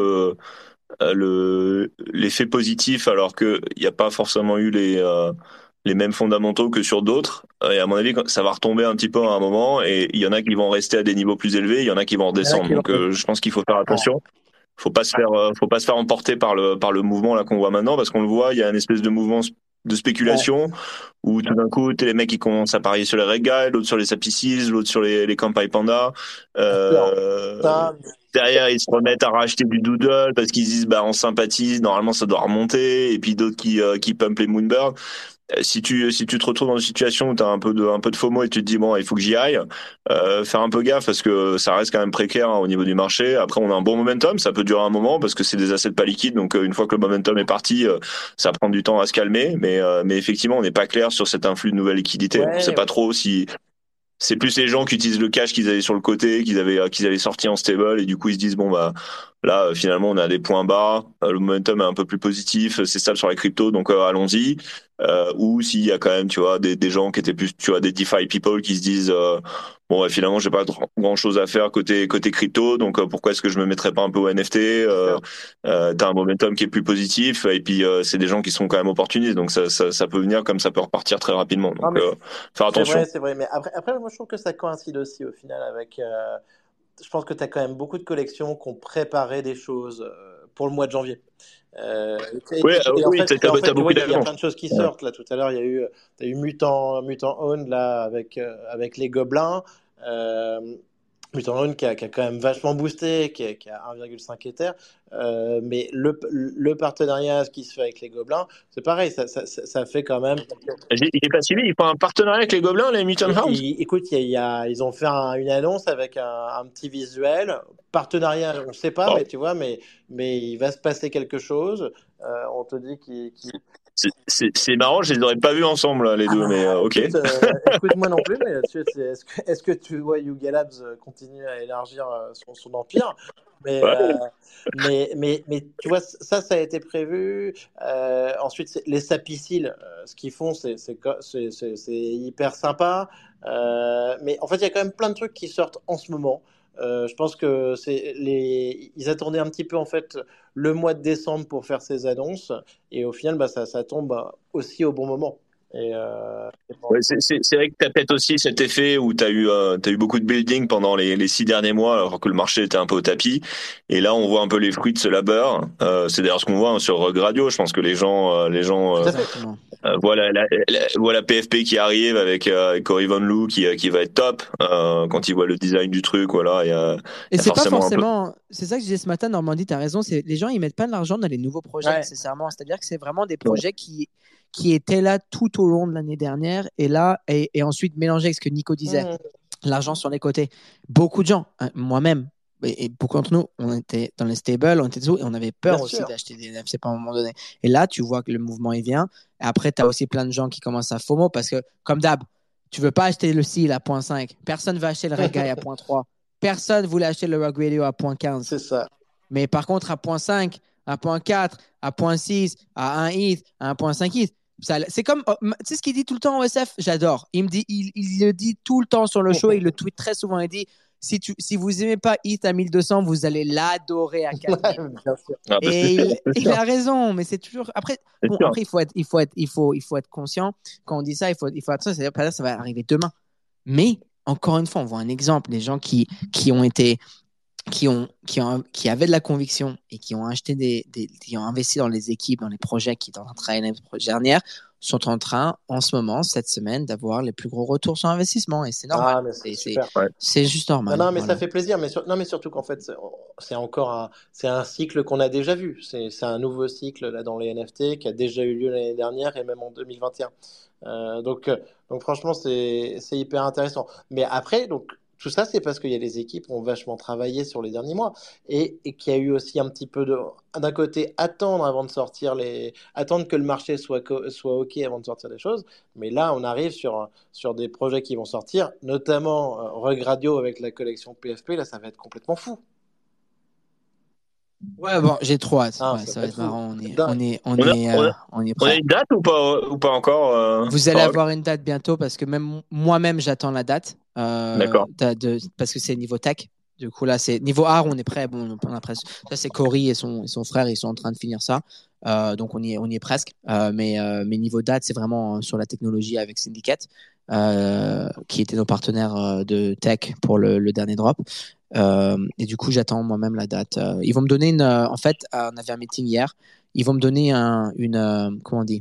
l'effet positif alors que il n'y a pas forcément eu les mêmes fondamentaux que sur d'autres. Et à mon avis, ça va retomber un petit peu à un moment et il y en a qui vont rester à des niveaux plus élevés, il y en a qui vont
Il y en a
redescendre.
qui
Donc,
vont-
je pense qu'il faut faire attention. Faut pas se faire emporter par le mouvement là qu'on voit maintenant parce qu'on le voit, il y a une espèce de mouvement de
Ouais,
spéculation où tout d'un coup, t'as les mecs qui commencent à parier sur les Red, l'autre sur les Sapicis, l'autre sur les Kampai Panda.
bien sûr.
Euh,
Ça,
Derrière, ils se remettent à racheter du Doodle parce qu'ils disent bah on sympathise, normalement ça doit remonter. Et puis d'autres qui pumpent les Moonbirds. Si tu te retrouves dans une situation où tu as un peu de FOMO et tu te dis bon il faut que j'y aille, faire un peu gaffe parce que ça reste quand même précaire au niveau du marché. Après on a un bon momentum, ça peut durer un moment parce que c'est des assets pas liquides, donc une fois que le momentum est parti, ça prend du temps à se calmer. Mais effectivement on n'est pas clair sur cet influx de nouvelles liquidités. On sait
ouais,
pas trop si c'est plus les gens qui utilisent le cash qu'ils avaient sur le côté, qu'ils avaient sorti en stable et du coup ils se disent bon bah là finalement on a des points bas, le momentum est un peu plus positif, c'est stable sur la crypto donc allons-y. Ou s'il y a quand même tu vois des gens qui étaient plus tu vois des DeFi people qui se disent bon ouais, finalement j'ai pas grand chose à faire côté crypto donc pourquoi est-ce que je me mettrais pas un peu au NFT
bien sûr.
t'as un momentum qui est plus positif et puis c'est des gens qui sont quand même opportunistes donc ça peut venir comme ça peut repartir très rapidement
Non,
donc
mais
faire attention.
c'est vrai. Mais après, moi, je trouve que ça coïncide aussi au final avec. Je pense que tu as quand même beaucoup de collections qui ont préparé des choses pour le mois de janvier.
Oui,
Et en fait,
t'as
tu vois,
beaucoup
il y a
d'avions.
plein de choses qui sortent. Là, tout à l'heure, t'as eu Mutant Own là avec les gobelins. Euh, Mutant Own qui a quand même vachement boosté, qui a 1,5 Ether. Mais le partenariat qui se fait avec les gobelins, c'est pareil, ça fait quand même.
Il est pas suivi, il faut un partenariat avec les Gobelins, les Mutant Hounds.
Écoute, ils ont fait une annonce avec un petit visuel. Partenariat, on ne sait pas,
Bon,
mais tu vois, mais il va se passer quelque chose. On te dit qu'il.
c'est marrant, je les aurais pas vus ensemble, là, les
Ah
deux,
bah,
mais ok.
écoute, moi non plus, mais là-dessus, est-ce que tu vois Yuga Labs continuer à élargir son empire? Mais,
Ouais.
euh, mais tu vois, ça a été prévu. Ensuite, les sapiciles, ce qu'ils font, c'est hyper sympa. Mais en fait, il y a quand même plein de trucs qui sortent en ce moment. Je pense que ils attendaient un petit peu en fait le mois de décembre pour faire ces annonces, et au final, bah, ça tombe aussi au bon moment. Et bon.
Ouais, c'est vrai que t'as peut-être aussi cet effet où t'as eu beaucoup de building pendant les 6 derniers mois, alors que le marché était un peu au tapis. Et là, on voit un peu les fruits de ce labeur. C'est d'ailleurs ce qu'on voit hein, sur Rug Radio. Je pense que
Tout à fait.
Exactement.
voient voient la PFP qui arrive avec Cory Von Loo qui va être top. Quand ils voient le design du truc, voilà,
Et
il y a
c'est pas
forcément un peu.
forcément. C'est ça que je disais ce matin, Normandie, tu as raison. Les gens, ils mettent pas de l'argent dans les nouveaux projets
Ouais.
nécessairement. C'est-à-dire que c'est vraiment des projets qui étaient là tout au long de l'année dernière et là, et ensuite mélangé avec ce que Nico disait,
Mmh.
l'argent sur les côtés. Beaucoup de gens, hein, moi-même, et beaucoup d'entre nous, on était dans les stables, on était dessous et on avait
Bien
peur aussi
sûr.
d'acheter des NFC à un moment donné. Et là, tu vois que le mouvement, il vient. Et après, tu as aussi plein de gens qui commencent à FOMO parce que, comme d'hab, tu veux pas acheter le seal à 0.5. Personne va acheter le Red Guy à 0.3. Personne voulait acheter le Rug Radio à 0.15.
C'est ça.
Mais par contre, à 0.5, à 0.4, à 0.6, à 1 ETH, à 1.5 ETH, c'est comme, tu sais ce qu'il dit tout le temps en OSF. J'adore. Il le dit tout le temps sur le show, il le tweet très souvent. Il dit si vous aimez pas ETH à 1200, vous allez l'adorer à 4000.
Bien sûr.
Ah, bah,
Et
c'est
il
sûr,
a raison, mais c'est toujours. Après,
c'est
bon,
sûr.
après il faut être conscient. Quand on dit ça, il faut attention, c'est-à-dire que ça va arriver demain. Mais encore une fois, on voit un exemple des gens qui ont été qui avaient de la conviction et qui ont acheté qui ont investi dans les équipes, dans les projets qui étaient en train de travailler l'année dernière, sont en train, en ce moment, cette semaine, d'avoir les plus gros retours sur investissement. Et c'est normal.
Ah, mais c'est super.
Ouais.
C'est juste
Non,
normal.
non, mais ça
Voilà.
fait plaisir. Non, mais surtout qu'en fait, c'est un cycle qu'on a déjà vu. C'est un nouveau cycle là dans les NFT qui a déjà eu lieu l'année dernière et même en 2021. Donc franchement, c'est hyper intéressant. Mais après, donc tout ça, c'est parce qu'il y a les équipes qui ont vachement travaillé sur les derniers mois et qu'il y a eu aussi un petit peu d'un côté, attendre que le marché soit OK avant de sortir des choses. Mais là, on arrive sur des projets qui vont sortir, notamment Rug Radio avec la collection PFP. Là, ça va être complètement fou.
Ouais, bon, j'ai trop hâte.
Ah,
Ouais, ça va être
fou.
marrant.
C'est
On
dingue.
est
On a
prêt.
une date ou pas encore
Vous allez
Farok
avoir une date bientôt parce que même moi-même, j'attends la date.
D'accord.
Parce que c'est niveau tech. Du coup, là, c'est niveau art, on est prêt. Bon, on a presque. Ça, c'est Cory et son frère, ils sont en train de finir ça. Donc, on y est presque. Mais niveau date, c'est vraiment sur la technologie avec Syndicate, qui étaient nos partenaires de tech pour le dernier drop. Et du coup, j'attends moi-même la date. Ils vont me donner en fait, on avait un meeting hier. Ils vont me donner comment on dit,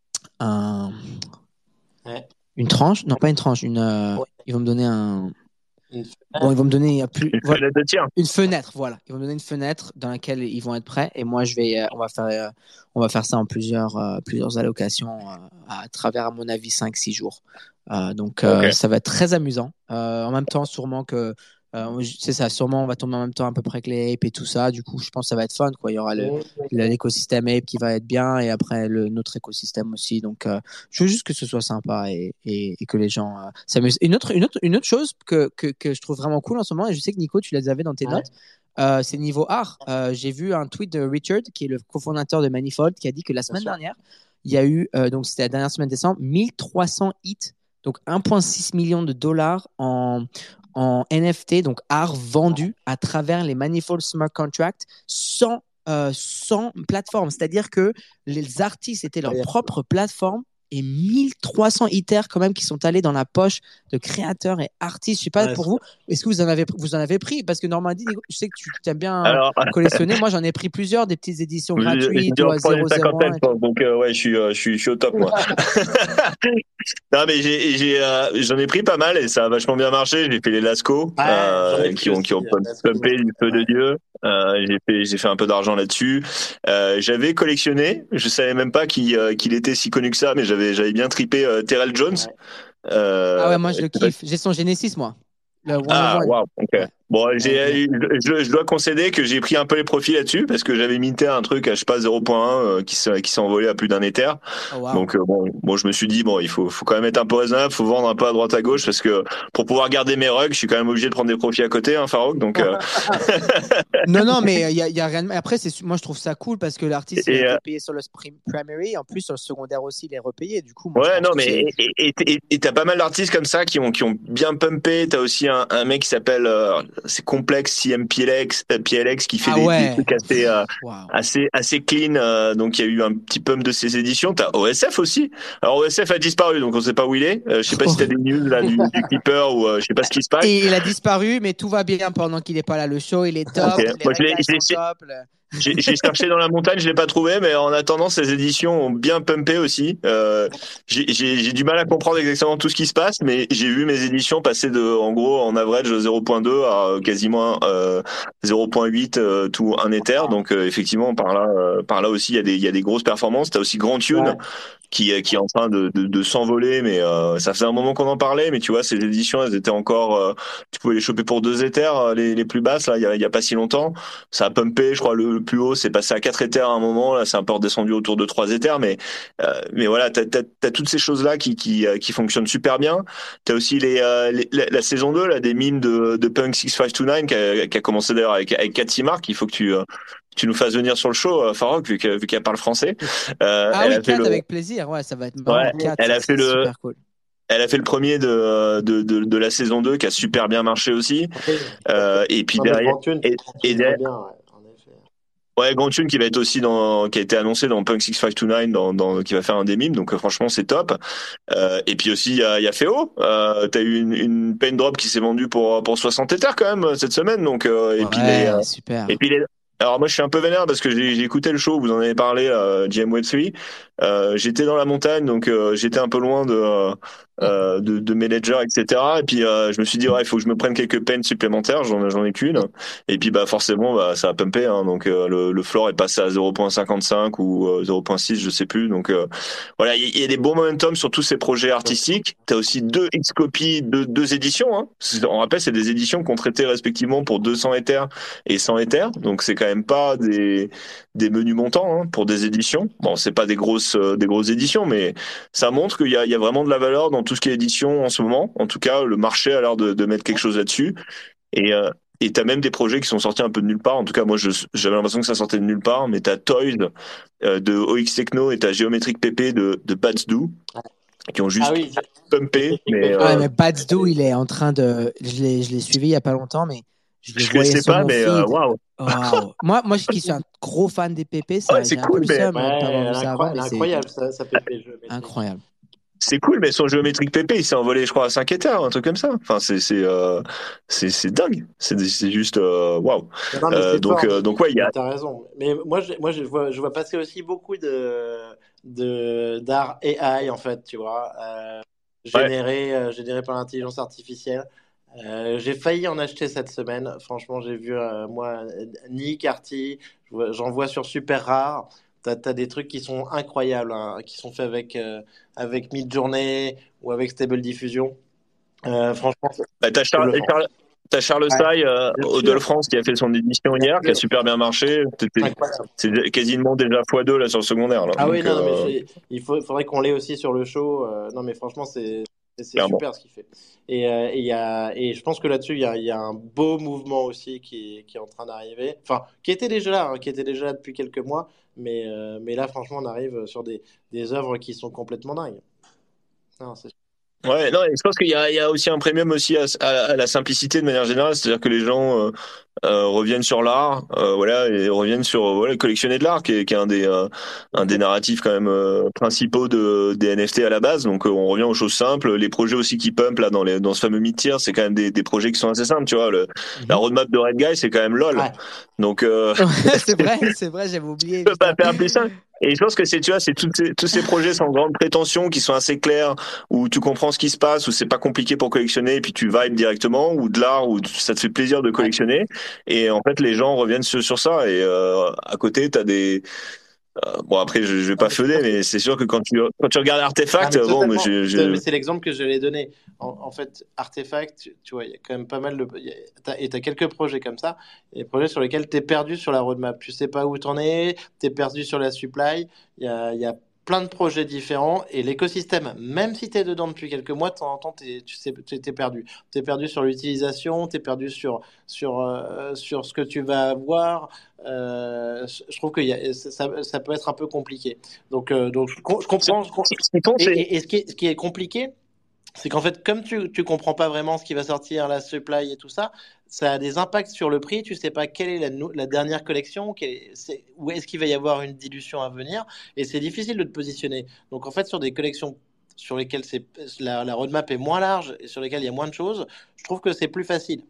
Ouais.
une tranche. Non, pas une tranche.
Ouais.
Ils vont me donner
Une
Bon, ils vont me donner
Une fenêtre de tir.
une fenêtre. Voilà, ils vont me donner une fenêtre dans laquelle ils vont être prêts. Et moi, on va faire ça en plusieurs allocations à travers, à mon avis, 5-6 jours. Donc,
Ok.
ça va être très amusant. En même temps, sûrement que c'est ça, sûrement on va tomber en même temps à peu près que les apes et tout ça. Du coup, je pense que ça va être fun, quoi. Il y aura l'écosystème ape qui va être bien et après notre écosystème aussi. Donc, je veux juste que ce soit sympa et que les gens s'amusent. Une autre chose que je trouve vraiment cool en ce moment, et je sais que Nico, tu les avais dans tes notes, c'est niveau art. J'ai vu un tweet de Richard, qui est le cofondateur de Manifold, qui a dit que la semaine dernière, il y a eu, donc c'était la dernière semaine de décembre, 1300 hits, donc 1,6 million de dollars en NFT, donc art vendu à travers les Manifold Smart Contracts sans plateforme. C'est-à-dire que les artistes étaient leur propre plateforme et 1300 items quand même qui sont allés dans la poche de créateurs et artistes. Je sais pas pour vous, est-ce que vous en avez pris? Parce que Normandie, je sais que tu aimes bien collectionner. Moi, j'en ai pris plusieurs, des petites éditions gratuites ou à 001.
Donc ouais, je suis au top, moi. Non, mais j'en ai pris pas mal et ça a vachement bien marché. J'ai fait les Lascaux qui ont pumpé du feu de Dieu. J'ai fait un peu d'argent là-dessus. J'avais collectionné, je savais même pas qu'il était si connu que ça, mais j'avais bien trippé Terrell Jones.
Ah ouais, moi je le kiffe. J'ai son Genesis, moi.
Wow, ok.
Ouais.
Bon, je dois concéder que j'ai pris un peu les profits là-dessus parce que j'avais minté un truc à je sais pas 0.1 qui s'est envolé à plus d'un Ether.
Oh, wow.
Donc bon, je me suis dit il faut quand même être un peu raisonnable, faut vendre un peu à droite à gauche parce que pour pouvoir garder mes rugs, je suis quand même obligé de prendre des profits à côté, hein, Farok. Donc
non, mais il y a rien. Après, moi je trouve ça cool parce que l'artiste il a été payé sur le primary, en plus sur le secondaire aussi, il est repayé. Du coup, moi,
ouais, non, mais et t'as pas mal d'artistes comme ça qui ont bien pumpé. T'as aussi un mec qui s'appelle c'est complexe PLX qui fait des trucs assez clean. Donc il y a eu un petit pump de ses éditions. T'as OSF aussi. Alors OSF a disparu, donc on sait pas où il est. Je sais pas si t'as des news là du Keeper ou je sais pas ce qui se passe.
Et il a disparu, mais tout va bien pendant qu'il est pas là. Le show, il est top.
Okay.
Les réglages sont top.
J'ai cherché dans la montagne, je l'ai pas trouvé, mais en attendant, ces éditions ont bien pumpé aussi. J'ai du mal à comprendre exactement tout ce qui se passe, mais j'ai vu mes éditions passer en gros, en average 0.2 à quasiment 0.8 tout un Ether. Donc effectivement, par là aussi, il y a des grosses performances. T'as aussi Grand Tune. Qui est en train de s'envoler, mais ça faisait un moment qu'on en parlait, mais tu vois, ces éditions, elles étaient encore, tu pouvais les choper pour 2 Ethers, les plus basses, là, il y a pas si longtemps. Ça a pumpé, je crois, le plus haut, c'est passé à 4 Ethers à un moment, là, c'est un peu redescendu autour de 3 Ethers, mais voilà, t'as toutes ces choses-là qui fonctionnent super bien. T'as aussi la saison 2, là, des mimes de Punk 6529, qui a commencé d'ailleurs avec Cathy Mark, il faut que tu nous fasses venir sur le show, Farok, vu qu'elle parle français.
Avec plaisir, ouais, ça va être marrant.
Elle a fait
super cool.
Elle a fait le premier de la saison 2 qui a super bien marché aussi. Et puis derrière, Grand Tune qui va être aussi qui a été annoncé dans Punk 6529 qui va faire un des mimes, donc franchement c'est top. Et puis aussi il y a Féo, t'as eu une paint drop qui s'est vendue pour 60 Ethers quand même cette semaine, donc
super.
Alors moi je suis un peu vénère parce que j'ai écouté le show, vous en avez parlé, GM Web 3. J'étais dans la montagne, donc j'étais un peu loin de mes ledgers, etc. Et puis je me suis dit, ouais, il faut que je me prenne quelques peines supplémentaires. J'en ai qu'une. Et puis bah forcément, bah ça a pumpé. Hein, donc le floor est passé à 0.55 ou 0.6, je sais plus. Donc voilà, il y a des bons momentum sur tous ces projets artistiques. T'as aussi deux Xcopy, deux éditions. Hein. On rappelle, c'est des éditions qu'on traitait respectivement pour 200 Ethers et 100 Ethers. Donc c'est quand même pas des menus montants hein, pour des éditions. Bon, c'est pas des grosses éditions, mais ça montre qu'il y a vraiment de la valeur dans tout ce qui est édition en ce moment. En tout cas, le marché a l'air de mettre quelque chose là-dessus. Et et t'as même des projets qui sont sortis un peu de nulle part. En tout cas, moi, j'avais l'impression que ça sortait de nulle part. Mais t'as Toys de OX Techno et t'as Geometric PP de Batsdo qui ont juste pumpé. Mais
ouais, mais Batsdo, il est en train de. Je l'ai suivi il y a pas longtemps, mais je le voyais sur mon feed.
Waouh.
Wow. Moi, qui suis un gros fan des PP, ça,
Ouais, c'est
j'ai un
cool,
peu le
mais
seum de pas avoir vu ça avant.
C'est incroyable, ça PP.
Incroyable.
C'est cool, mais son géométrique PP, il s'est envolé, je crois, à 5 hectares, un truc comme ça. Enfin, c'est dingue. C'est juste, waouh. Donc, ouais, il y a.
T'as raison. Mais moi, je vois passer aussi beaucoup d'art AI, en fait, tu vois, généré par l'intelligence artificielle. J'ai failli en acheter cette semaine. Franchement, j'ai vu, moi, Nick, Arty, j'en vois sur Super Rare. T'as des trucs qui sont incroyables, hein, qui sont faits avec Midjourney ou avec Stable Diffusion. Franchement,
Bah, t'as Charles Style, Odell France, qui a fait son édition hier, qui a super bien marché. C'est quasiment déjà x2 là, sur le secondaire. Là.
Ah
donc,
oui, non, mais faudrait qu'on l'ait aussi sur le show. Non, mais franchement, c'est super ce qu'il fait. Et je pense que là-dessus, il y a un beau mouvement aussi qui est en train d'arriver. Enfin, qui était déjà là, hein, qui était déjà là depuis quelques mois. Mais là, franchement, on arrive sur des œuvres qui sont complètement dingues. Non, c'est
Ouais, non, et je pense qu'il y a aussi un premium aussi à la simplicité de manière générale, c'est-à-dire que les gens reviennent sur l'art, voilà, et reviennent sur voilà, collectionner de l'art, qui est un des narratifs quand même principaux des NFT à la base. Donc on revient aux choses simples. Les projets aussi qui pump là dans ce fameux mid-tier, c'est quand même des projets qui sont assez simples, tu vois. La roadmap de Red Guy, c'est quand même LOL.
Ouais.
Donc
c'est vrai, j'avais oublié.
Tu peux pas faire plus simple. Et je pense que tu vois, c'est tous ces projets sans grande prétention qui sont assez clairs, où tu comprends ce qui se passe, où c'est pas compliqué pour collectionner, et puis tu vibes directement, ou de l'art, où ça te fait plaisir de collectionner. Et en fait, les gens reviennent sur ça. Et à côté, t'as des bon après je vais pas feuder, mais c'est sûr que quand tu regardes Artefact, bon, mais
mais c'est l'exemple que je l'ai donné. En fait, Artefact, tu vois, il y a quand même pas mal et t'as quelques projets comme ça, et des projets sur lesquels t'es perdu sur la roadmap. Tu sais pas où t'en es, t'es perdu sur la supply. Il y a plein de projets différents, et l'écosystème, même si t'es dedans depuis quelques mois, de temps en temps, t'es perdu. T'es perdu sur l'utilisation, t'es perdu sur ce que tu vas avoir. Je trouve que ça peut être un peu compliqué. Donc je comprends. Et ce qui est compliqué, c'est qu'en fait, comme tu comprends pas vraiment ce qui va sortir, la supply et tout ça, ça a des impacts sur le prix. Tu sais pas quelle est la dernière collection, où est-ce qu'il va y avoir une dilution à venir, et c'est difficile de te positionner. Donc en fait, sur des collections sur lesquelles la roadmap est moins large et sur lesquelles il y a moins de choses, je trouve que c'est plus facile.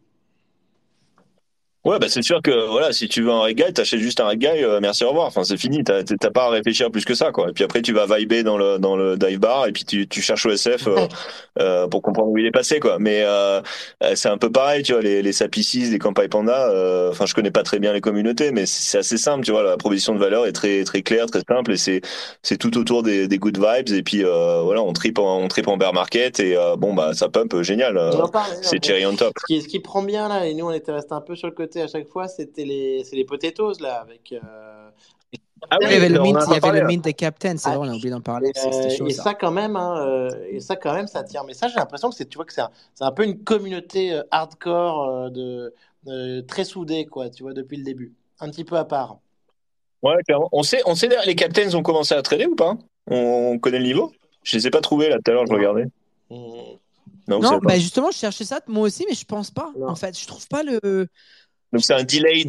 Ouais, bah c'est sûr que voilà, si tu veux un reggae, t'achètes juste un reggae, merci, au revoir. Enfin, c'est fini, t'as pas à réfléchir plus que ça, quoi. Et puis après, tu vas vibrer dans le dive bar, et puis tu cherches OSF pour comprendre où il est passé, quoi. Mais c'est un peu pareil, tu vois, les Sapicis, les Kampai Panda. Enfin, je connais pas très bien les communautés, mais c'est assez simple, tu vois. La proposition de valeur est très très claire, très simple, et c'est tout autour des good vibes. Et puis voilà, on tripe en bear market, et bon bah ça pump, génial. C'est cherry on top.
Ce qui prend bien là, et nous on était resté un peu sur le côté à chaque fois, c'est les potatoes là avec.
Ah oui, il y avait le mint des Captains, c'est vrai, on a oublié d'en parler.
Chaud, et ça quand même, hein, ça tient. Mais ça, j'ai l'impression que tu vois que c'est un peu une communauté hardcore très soudée, quoi, tu vois, depuis le début, un petit peu à part.
Ouais, clairement. On sait, les Captains ont commencé à trader ou pas? On connaît le niveau? Je les ai pas trouvés là tout à l'heure, je regardais.
Non, bah justement, je cherchais ça moi aussi, mais je pense pas. Non. En fait, je trouve pas le.
Donc c'est un delayed,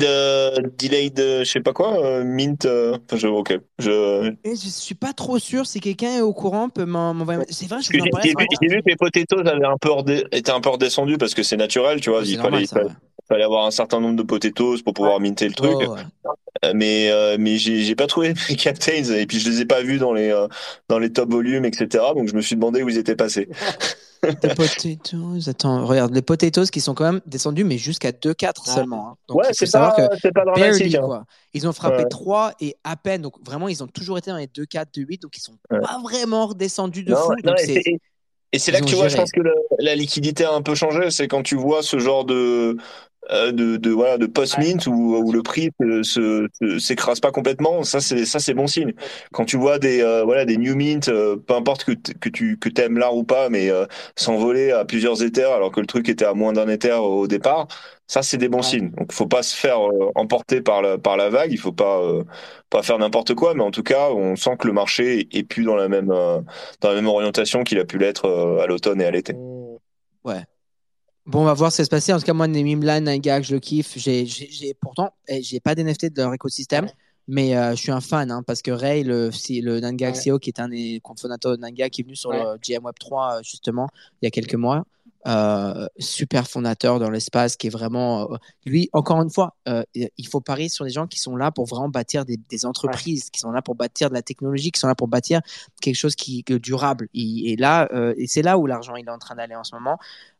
je sais pas quoi, mint. Ok.
Je suis pas trop sûr si quelqu'un est au courant peut m'envoyer. C'est vrai, je vous en parlais.
J'ai vu que les potatoes étaient un peu redescendus parce que c'est naturel, tu vois. Il fallait avoir un certain nombre de potatoes pour pouvoir minter le truc.
Ouais.
mais j'ai pas trouvé mes captains et puis je les ai pas vus dans les top volumes, etc. Donc je me suis demandé où ils étaient passés.
Les potatoes, attends, regarde, les potatoes qui sont quand même descendus, mais jusqu'à 2-4 seulement. Hein. Donc
Ouais,
il faut savoir que
c'est pas dramatique.
barely,
Hein.
quoi. Ils ont frappé
Ouais.
3 et à peine. Donc vraiment, ils ont toujours été dans les 2-4, 2-8. Donc ils sont
Ouais.
pas vraiment redescendus de
Non,
fou.
non,
Donc
et c'est là
ils
que
ont
tu vois, je
géré.
pense que la liquidité a un peu changé. C'est quand tu vois ce genre voilà, de post-mint où le prix s'écrase pas complètement. Ça, c'est bon signe. Quand tu vois voilà, des new mint, peu importe que t'aimes l'art ou pas, mais s'envoler à plusieurs éthers alors que le truc était à moins d'un ether au départ, ça, c'est des bons signes. Donc, faut pas se faire emporter par la vague. Il faut pas faire n'importe quoi, mais en tout cas, on sent que le marché est plus dans la même orientation qu'il a pu l'être à l'automne et à l'été.
Ouais. Bon, on va voir ce qui va se passer. En tout cas, moi, Nemimlan, Nangak, je le kiffe. Pourtant, j'ai pas d'NFT de leur écosystème, mais je suis un fan parce que Ray, le Nangak CEO, qui est un des cofondateurs de Nangak, qui est venu sur le GM Web 3 justement il y a quelques mois, super fondateur dans l'espace, qui est vraiment lui. Encore une fois, il faut parier sur des gens qui sont là pour vraiment bâtir des entreprises, qui sont là pour bâtir de la technologie, qui sont là pour bâtir quelque chose qui est durable. Et là, et c'est là où l'argent il est en train d'aller en ce moment.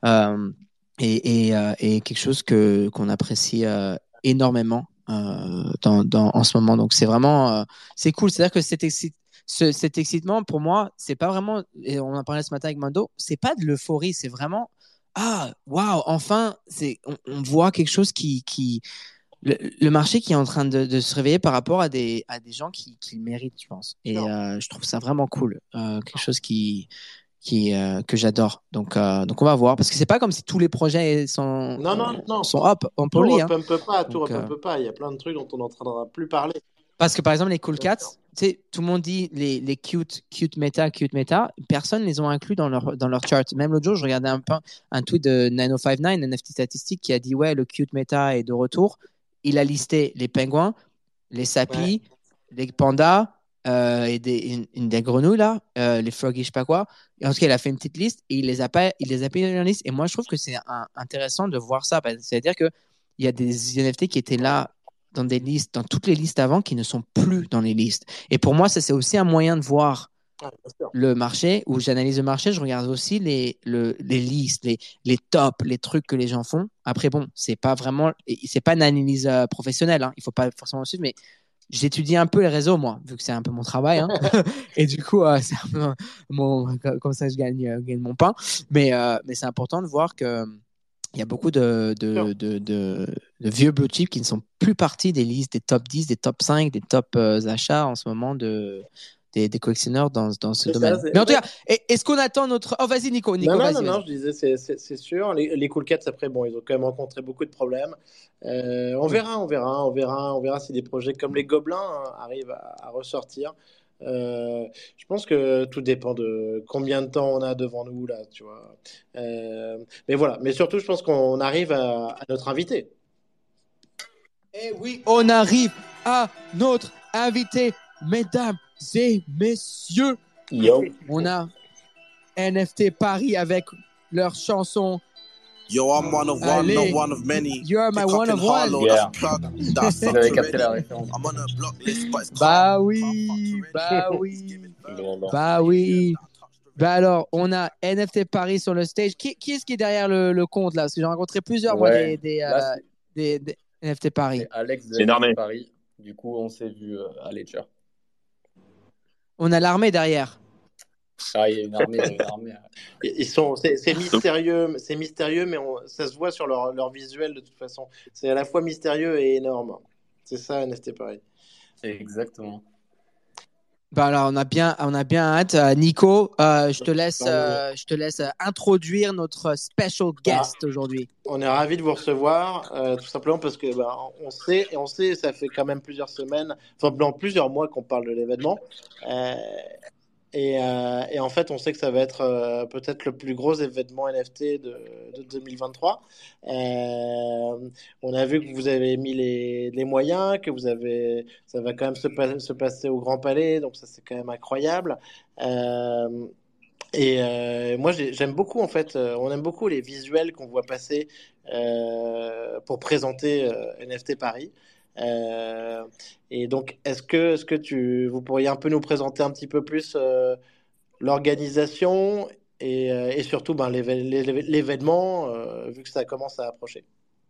Et quelque chose qu'on apprécie énormément en ce moment. Donc c'est vraiment c'est cool. C'est-à-dire que cet excitement pour moi, c'est pas vraiment, et on en parlait ce matin avec Mando, c'est pas de l'euphorie, c'est vraiment waouh, enfin on voit quelque chose qui le marché qui est en train de se réveiller par rapport à des gens qui le méritent, je pense. Et je trouve ça vraiment cool, quelque chose que j'adore. Donc on va voir, parce que c'est pas comme si tous les projets sont up on
Tout
poly, hein.
repumpe pas. Il y a plein de trucs dont on n'entendra plus parler.
Parce que par exemple les Cool Cats, tu sais, tout le monde dit les cute meta, personne les ont inclus dans leur chart. Même l'autre jour, je regardais un tweet de 9059, NFT statistique, qui a dit ouais, le cute meta est de retour. Il a listé les pingouins, les sapis, les pandas, et des grenouilles là, les froggies, je sais pas quoi. Et en tout cas, il a fait une petite liste et il les a pas mis dans la liste. Et moi, je trouve que c'est intéressant de voir ça. C'est-à-dire que il y a des NFT qui étaient là dans toutes les listes avant, qui ne sont plus dans les listes. Et pour moi, ça c'est aussi un moyen de voir le marché. Où j'analyse le marché, je regarde aussi les listes, les tops, les trucs que les gens font. Après, bon, c'est pas une analyse professionnelle, hein. Il faut pas forcément le suivre, mais j'étudie un peu les réseaux, moi, vu que c'est un peu mon travail, hein. Et du coup, c'est un peu comme ça je gagne mon pain. Mais c'est important de voir que il y a beaucoup de vieux blue chips qui ne sont plus partis des listes des top 10, des top 5, des top achats en ce moment des collectionneurs dans ce domaine. Mais en tout cas, est-ce qu'on attend notre... Oh, vas-y, Nico, vas-y.
Non, je disais, c'est sûr. Les Cool Cats, après, bon, ils ont quand même rencontré beaucoup de problèmes. On verra si des projets comme les Gobelins arrivent à ressortir. Je pense que tout dépend de combien de temps on a devant nous, là, tu vois. Mais voilà. Mais surtout, je pense qu'on arrive à notre invité.
Eh oui, on arrive à notre invité, mesdames et messieurs.
Yo.
On a NFT Paris avec leur chanson.
Yo, I'm one of one, no one of many.
You're my one of one.
Yeah. Vous avez capté la référence.
Bah oui. Bah alors, on a NFT Paris sur le stage. Qui est-ce qui est derrière le compte là? Parce que j'ai rencontré plusieurs moi des NFT Paris.
C'est Alex de
C'est une armée.
NFT Paris. Du coup, on s'est vu à Ledger.
On a l'armée derrière.
Ah, il y a une armée.
C'est mystérieux, mais ça se voit sur leur visuel de toute façon. C'est à la fois mystérieux et énorme. C'est ça, NFT Paris.
Exactement.
Bah alors on a bien hâte. Nico, je te laisse introduire notre special guest aujourd'hui.
On est ravis de vous recevoir, tout simplement parce que on sait, ça fait quand même plusieurs semaines, plusieurs mois qu'on parle de l'événement. Et en fait, on sait que ça va être peut-être le plus gros événement NFT de 2023. On a vu que vous avez mis les moyens, ça va quand même se passer au Grand Palais, donc ça c'est quand même incroyable. Moi, j'aime beaucoup, en fait, on aime beaucoup les visuels qu'on voit passer pour présenter NFT Paris. Et donc, vous pourriez un peu nous présenter un petit peu plus l'organisation et surtout l'événement, vu que ça commence à approcher.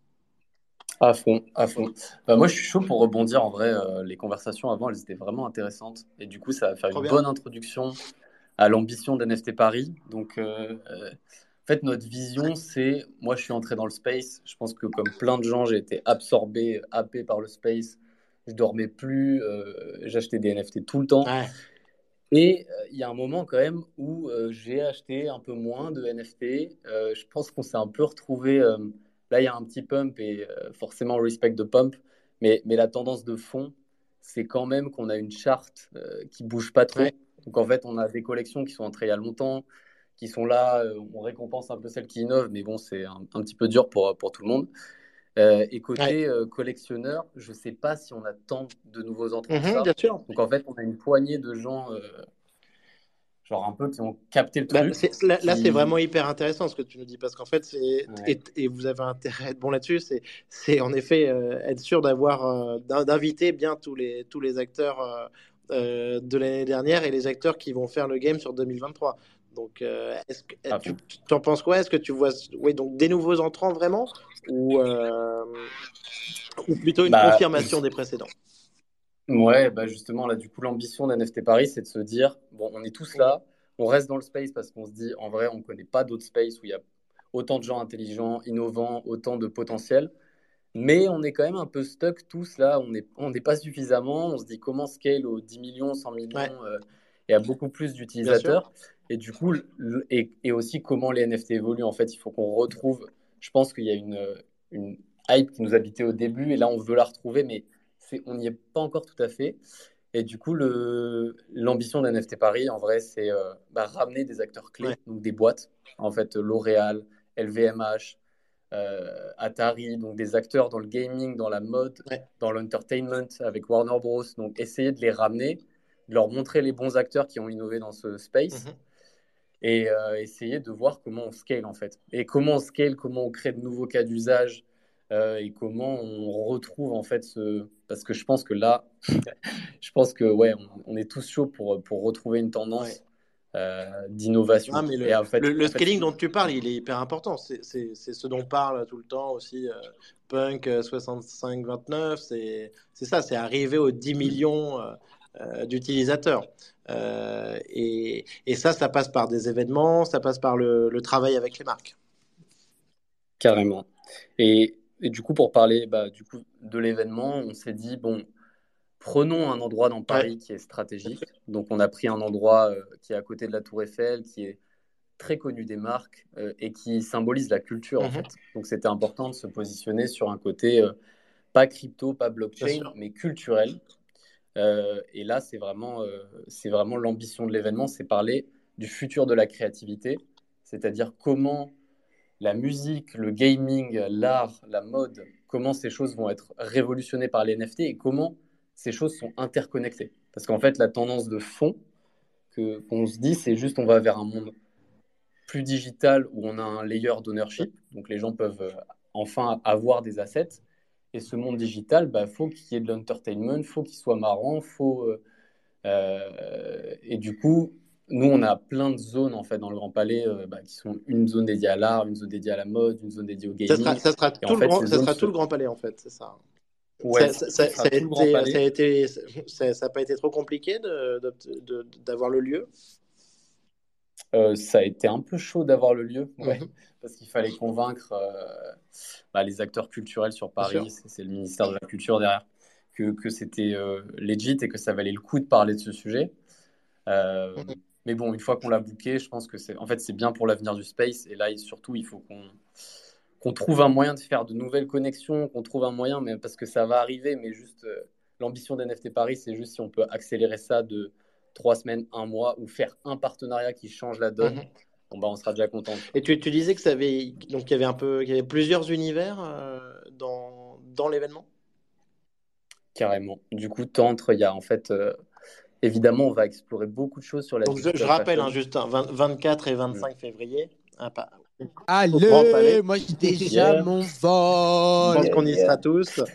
À fond, à fond. Bah, moi, je suis chaud pour rebondir. En vrai, les conversations avant, elles étaient vraiment intéressantes. Et du coup, ça va faire
Trop
une
bien.
bonne introduction à l'ambition d'NFT Paris. Donc, en fait, notre vision, c'est... Moi, je suis entré dans le space. Je pense que comme plein de gens, j'ai été absorbé, happé par le space. Je dormais plus. J'achetais des NFT tout le temps.
Ouais.
Et il y a un moment quand même où j'ai acheté un peu moins de NFT. Je pense qu'on s'est un peu retrouvé. Là, il y a un petit pump et forcément respect de pump. Mais la tendance de fond, c'est quand même qu'on a une charte qui bouge pas trop.
Ouais.
Donc en fait, on a des collections qui sont entrées il y a longtemps, qui sont là. On récompense un peu celles qui innovent, mais bon, c'est un petit peu dur pour tout le monde. Et côté collectionneur, je ne sais pas si on a tant de nouveaux entrants que ça.
Bien sûr.
Donc en fait, on a une poignée de gens, genre un peu qui ont capté le
Bah,
truc.
là, c'est vraiment hyper intéressant ce que tu nous dis, parce qu'en fait,
Ouais.
et vous avez intérêt à être bon là-dessus, c'est en effet être sûr d'inviter bien tous les acteurs de l'année dernière et les acteurs qui vont faire le game sur 2023. Donc,
À
tu
fond.
en penses quoi? Est-ce que tu vois donc des nouveaux entrants vraiment ou plutôt une
Bah,
confirmation des précédents?
Ouais, bah justement, là, du coup, l'ambition d'NFT Paris, c'est de se dire, bon, on est tous là, on reste dans le space parce qu'on se dit, en vrai, on ne connaît pas d'autres space où il y a autant de gens intelligents, innovants, autant de potentiel. Mais on est quand même un peu stuck tous là, on n'est pas suffisamment. On se dit comment scale aux 10 millions, 100 millions
Ouais,
et à beaucoup plus
bien sûr.
d'utilisateurs. Et du coup, et aussi comment les NFT évoluent. En fait, il faut qu'on retrouve. Je pense qu'il y a une hype qui nous habitait au début et là, on veut la retrouver, mais on n'y est pas encore tout à fait. Et du coup, l'ambition d'NFT Paris, en vrai, c'est ramener des acteurs clés,
Ouais.
donc des boîtes. En fait, L'Oréal, LVMH, Atari, donc des acteurs dans le gaming, dans la mode,
Ouais.
dans l'entertainment avec Warner Bros. Donc essayer de les ramener, de leur montrer les bons acteurs qui ont innové dans ce space et essayer de voir comment on scale en fait. Et comment on scale, comment on crée de nouveaux cas d'usage et comment on retrouve en fait ce... Parce que je pense que là, je pense que ouais, on est tous chauds pour retrouver une tendance d'innovation.
Ah, mais
Et en fait,
le scaling dont tu parles, il est hyper important. C'est ce dont on parle tout le temps aussi. Punk 65-29, c'est ça, c'est arriver aux 10 millions d'utilisateurs. Et ça passe par des événements, ça passe par le travail avec les marques.
Carrément. Et du coup, pour parler du coup, de l'événement, on s'est dit, bon, prenons un endroit dans Paris qui est stratégique. Donc, on a pris un endroit qui est à côté de la Tour Eiffel, qui est très connu des marques et qui symbolise la culture, en fait. Donc, c'était important de se positionner sur un côté pas crypto, pas blockchain, mais culturel. Et là, c'est vraiment l'ambition de l'événement, c'est parler du futur de la créativité, c'est-à-dire comment la musique, le gaming, l'art, la mode, comment ces choses vont être révolutionnées par les NFT et comment ces choses sont interconnectées. Parce qu'en fait, la tendance de fond qu'on se dit, c'est juste on va vers un monde plus digital où on a un layer d'ownership, donc les gens peuvent enfin avoir des assets. Et ce monde digital, faut qu'il y ait de l'entertainment, faut qu'il soit marrant, et du coup, nous, on a plein de zones en fait dans le Grand Palais qui sont une zone dédiée à l'art, une zone dédiée à la mode, une zone dédiée au gaming.
Ça sera
Et en fait, ces zones
tout le Grand Palais, en fait, c'est ça.
Ouais,
ça
sera tout le Grand Palais.
Ça n'a pas été trop compliqué d'avoir le lieu?
Ça a été un peu chaud d'avoir le lieu, parce qu'il fallait convaincre les acteurs culturels sur Paris, c'est le ministère de la Culture derrière, que c'était legit et que ça valait le coup de parler de ce sujet. Mais bon, une fois qu'on l'a booké, je pense que c'est bien pour l'avenir du space. Et là, surtout, il faut qu'on trouve un moyen de faire de nouvelles connexions, qu'on trouve un moyen, mais parce que ça va arriver, mais juste l'ambition d'NFT Paris, c'est juste si on peut accélérer ça de 3 semaines, 1 mois, ou faire un partenariat qui change la donne, on sera déjà content.
Et tu disais que il y avait plusieurs univers dans l'événement?
Carrément. Du coup, il y a en fait... évidemment, on va explorer beaucoup de choses sur la digital
je rappelle,
fashion.
juste 24 et 25 février.
Allez, moi j'ai déjà mon vol.
Je pense qu'on y sera tous.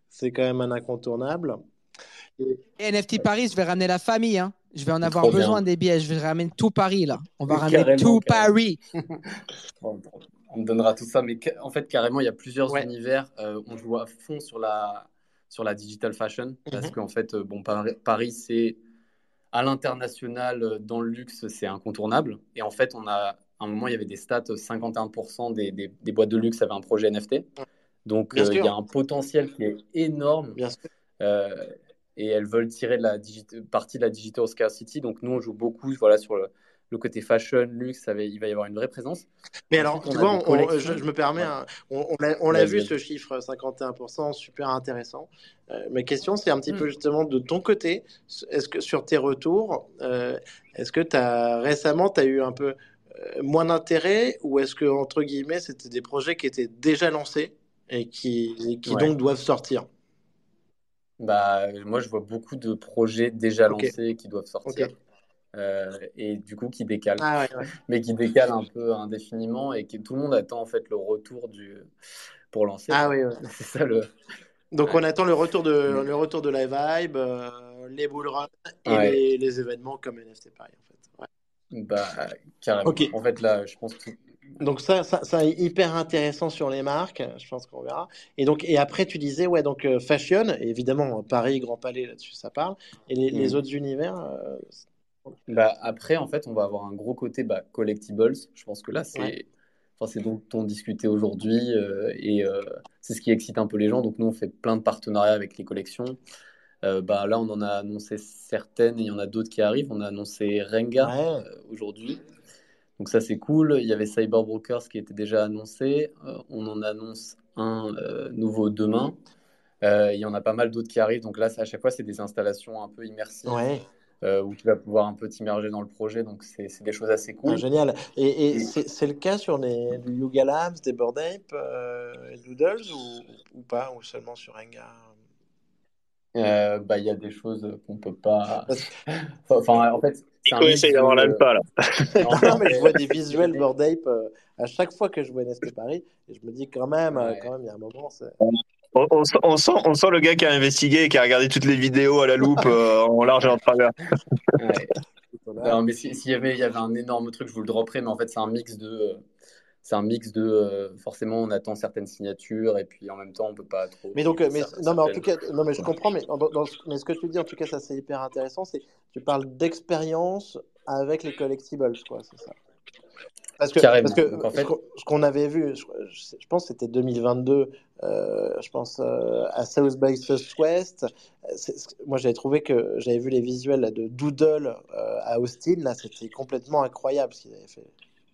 C'est quand même un incontournable.
Et NFT Paris, je vais ramener la famille. Hein. Je vais en avoir
Trop bien.
besoin des billets. Je vais ramener tout Paris là. On va
Carrément,
ramener tout
carrément.
Paris.
On me donnera tout ça, mais en fait, carrément, il y a plusieurs
Ouais.
univers. On joue à fond sur la digital fashion, parce qu'en fait, bon, Paris, c'est à l'international, dans le luxe, c'est incontournable. Et en fait, à un moment, il y avait des stats, 51% des boîtes de luxe avaient un projet NFT. Donc,
Bien
il y a
sûr,
un potentiel qui est énorme.
bien sûr.
Euh, et elles veulent tirer partie de la digital scarcity. Donc, nous, on joue beaucoup, voilà, sur le côté fashion, luxe. Il va y avoir une vraie présence.
Mais
Ensuite,
alors, tu
on a
vois,
des collections.
je me permets,
Ouais.
hein, on l'a vu
Vas-y.
ce chiffre 51%, super intéressant. Ma question, c'est un petit peu justement de ton côté, est-ce que sur tes retours, est-ce que récemment, tu as eu un peu moins d'intérêt ou est-ce que, entre guillemets, c'était des projets qui étaient déjà lancés et qui
Ouais.
donc doivent sortir?
Bah, moi, je vois beaucoup de projets déjà
Ok,
lancés qui doivent sortir.
ok.
Et du coup, qui décalent.
Ah ouais, ouais.
Mais qui décalent un peu indéfiniment et que tout le monde attend en fait le retour pour lancer,
Ah
quoi.
oui, ouais.
C'est ça le.
Donc
Ouais.
on attend le retour de la vibe, les bull runs et
Ouais.
les événements comme NFT Paris en fait. Ouais.
Bah, carrément.
Ok.
En fait, là, je pense que.
Donc ça est hyper intéressant sur les marques, je pense qu'on verra. Et donc et après tu disais ouais donc fashion, évidemment Paris, Grand Palais là-dessus ça parle. Et les autres univers.
Bah, après, en fait, on va avoir un gros côté collectibles. Je pense que là,
Ouais.
c'est dont on discutait aujourd'hui et c'est ce qui excite un peu les gens. Donc, nous, on fait plein de partenariats avec les collections. Là, on en a annoncé certaines et il y en a d'autres qui arrivent. On a annoncé Renga
Ouais.
aujourd'hui. Donc, ça, c'est cool. Il y avait Cyberbrokers qui était déjà annoncé. On en annonce un nouveau demain. Il y en a pas mal d'autres qui arrivent. Donc là, à chaque fois, c'est des installations un peu immersives
Ouais.
où tu vas pouvoir un peu t'immerger dans le projet. Donc, c'est des choses assez
Ah,
cool.
génial. Et c'est le cas sur du Yuga Labs, des Bored Ape, et Doodles ou pas, ou seulement sur Renga?
Il y a des choses qu'on peut pas.
Parce-
Enfin, en fait, c'est un
Nico
mix
essaye d'avoir
de.
l'alpha là.
En
Non,
fait,
mais je vois des
il y a
visuels
des-
Bored Ape à chaque fois que je vois NFT Paris, et je me dis
Ouais.
il y a un moment, c'est.
On sent le gars qui a investigué et qui a regardé toutes les vidéos à la loupe en large et en travers.
Ouais.
Voilà.
Non, mais il y avait un énorme truc, je vous le dropperai, mais en fait, c'est un mix de forcément, on attend certaines signatures et puis en même temps, on peut pas trop
Mais donc,
vivre
non, mais en
certaines.
tout cas, non, mais je comprends, mais, mais ce que tu dis, en tout cas, ça c'est hyper intéressant, c'est tu parles d'expérience avec les collectibles, quoi, c'est ça. Parce
Carrément.
que
Donc en fait,
ce qu'on avait vu, je pense que c'était 2022, je pense à South by Southwest. Moi, j'avais trouvé que j'avais vu les visuels là, de Doodle à Austin, là, c'était complètement incroyable ce qu'ils avaient fait.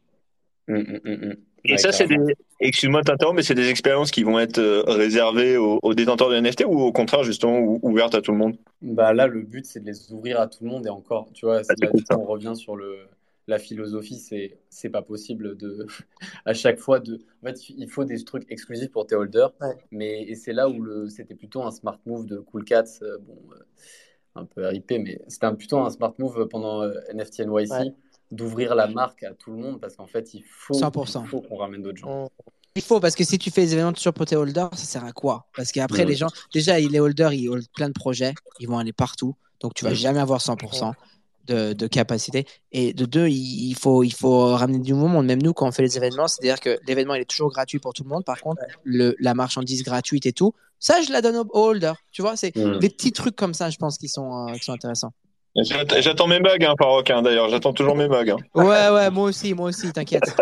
Et
Ouais,
ça,
carrément.
excuse-moi de t'interrompre, mais c'est des expériences qui vont être réservées aux détenteurs de NFT ou au contraire, justement, ouvertes à tout le monde?
Là, le but, c'est de les ouvrir à tout le monde et encore, tu vois,
Ah, c'est
là,
cool
du
ça.
coup, on revient sur la philosophie, c'est pas possible à chaque fois en fait, il faut des trucs exclusifs pour tes holders,
Ouais.
et c'est là où c'était plutôt un smart move de Cool Cats, un peu RIP, mais c'était plutôt un smart move pendant NFT
Ouais.
NYC d'ouvrir la marque à tout le monde parce qu'en fait, il faut
100%.
qu'on ramène d'autres gens.
Mm.
Il faut, parce que si tu fais des événements toujours pour tes holders, ça sert à quoi? Parce qu'après,
Mm.
les gens, déjà, les holders, ils holdent plein de projets, ils vont aller partout, donc tu vas jamais avoir 100% de capacité. Et de deux, il faut ramener du monde. Même nous, quand on fait les événements, c'est-à-dire que l'événement, il est toujours gratuit pour tout le monde. Par contre, la marchandise gratuite et tout, ça, je la donne aux holders. Tu vois, c'est
Mm.
des petits trucs comme ça, je pense, qui sont intéressants.
J'attends mes mugs, hein, Farok, hein, d'ailleurs. J'attends toujours mes mugs. Hein.
Ouais, moi aussi, t'inquiète.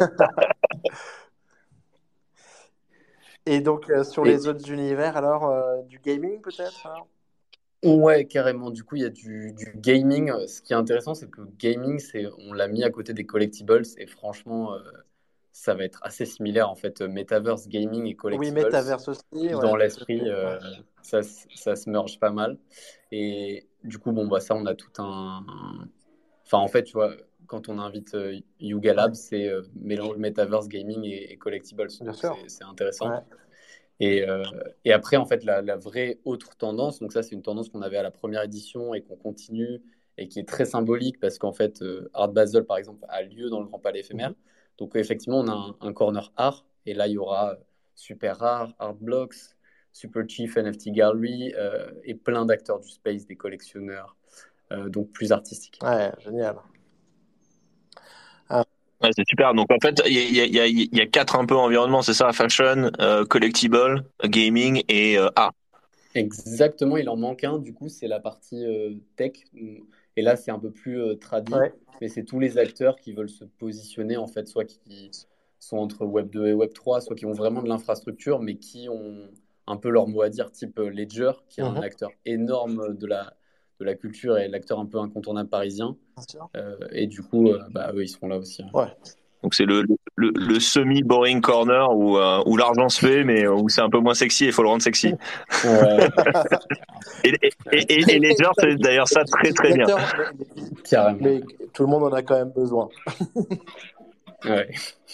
Et donc, sur
Et,
les autres univers, alors, du gaming peut-être, alors?
Ouais, carrément. Du coup, il y a du gaming. Ce qui est intéressant, c'est que le gaming, on l'a mis à côté des collectibles et franchement, ça va être assez similaire en fait. Metaverse, gaming et
Oui,
collectibles,
Metaverse aussi, ouais,
dans
tout à
l'esprit,
fait. Ouais.
ça se merge pas mal. Et du coup, bon, ça, on a tout un. Enfin, en fait, tu vois, quand on invite Yuga
Ouais,
Labs, c'est mélange Metaverse, gaming et collectibles.
bien
Donc,
sûr.
c'est intéressant.
Ouais.
Et après, en fait, la vraie autre tendance, donc ça, c'est une tendance qu'on avait à la première édition et qu'on continue et qui est très symbolique parce qu'en fait, Art Basel, par exemple, a lieu dans le Grand Palais éphémère.
Mhm.
Donc, effectivement, on a un corner art et là, il y aura Super Art, Art Blocks, Super Chief NFT Gallery et plein d'acteurs du space, des collectionneurs, donc plus artistiques.
Ouais, génial.
Ouais, c'est super. Donc en fait, il y a 4 un peu environnements, c'est ça? Fashion, collectible, gaming et art.
Exactement, il en manque un, du coup, c'est la partie tech. Et là, c'est un peu plus tradi,
Ouais.
mais c'est tous les acteurs qui veulent se positionner, en fait, soit qui sont entre Web 2 et Web 3, soit qui ont vraiment de l'infrastructure, mais qui ont un peu leur mot à dire, type Ledger, qui est un acteur énorme de la culture et l'acteur un peu incontournable parisien.
Bien sûr.
Et du coup, eux, ils seront là aussi.
Ouais.
Donc c'est le semi-boring corner où l'argent se fait, mais où c'est un peu moins sexy et il faut le rendre sexy.
Ouais,
Et Ledger, c'est d'ailleurs ça très très bien.
carrément.
Mais tout le monde en a quand même besoin.
Ouais.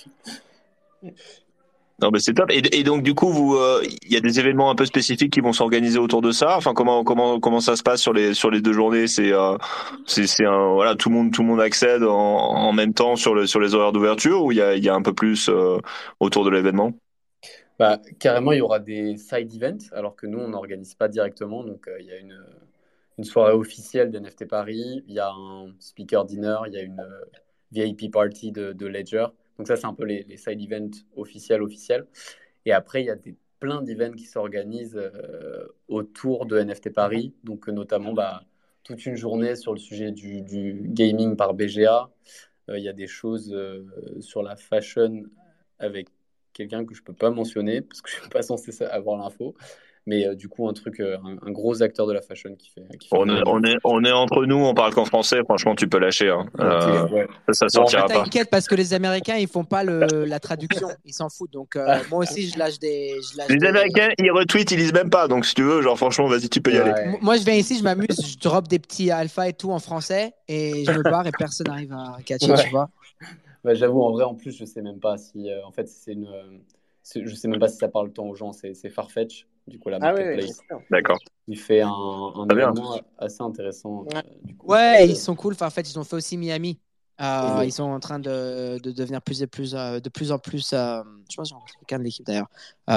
Non, mais c'est top. Et donc du coup, il y a des événements un peu spécifiques qui vont s'organiser autour de ça. Enfin, comment ça se passe sur les 2 journées? Voilà, tout le monde accède en même temps sur les horaires d'ouverture, ou il y a un peu plus autour de l'événement?
Bah, carrément, il y aura des side events, alors que nous, on n'organise pas directement. Donc, il y a une soirée officielle d'NFT Paris, il y a un speaker dinner, il y a une VIP party de Ledger. Donc, ça, c'est un peu les side events officiels. Et après, il y a plein d'events qui s'organisent autour de NFT Paris. Donc, notamment, toute une journée sur le sujet du gaming par BGA. Il y a des choses sur la fashion avec quelqu'un que je peux pas mentionner parce que je suis pas censé avoir l'info, mais du coup un gros acteur de la fashion qui fait
On est entre nous, on parle qu'en français. Franchement, tu peux lâcher. Hein.
Ok, ouais.
Ça sortira pas.
T'inquiète parce que les Américains ils font pas la traduction, ils s'en foutent. Donc moi aussi je lâche des.
Les Américains, ils retweetent, ils lisent même pas. Donc si tu veux, genre franchement, vas-y, tu peux y aller.
Moi je viens ici, je m'amuse, je drop des petits alpha et tout en français et je me barre et personne n'arrive à catcher, tu vois.
Bah, j'avoue, en vrai, en plus, je sais même pas si, en fait, je sais même pas si ça parle tant aux gens. C'est Farfetch, du coup, la marketplace.
Oui,
d'accord.
Il fait un événement assez intéressant. Du coup.
Ouais, ils sont cool. Enfin, en fait, ils ont fait aussi Miami. Ils sont en train de devenir de plus en plus, je pense, quelqu'un de l'équipe d'ailleurs,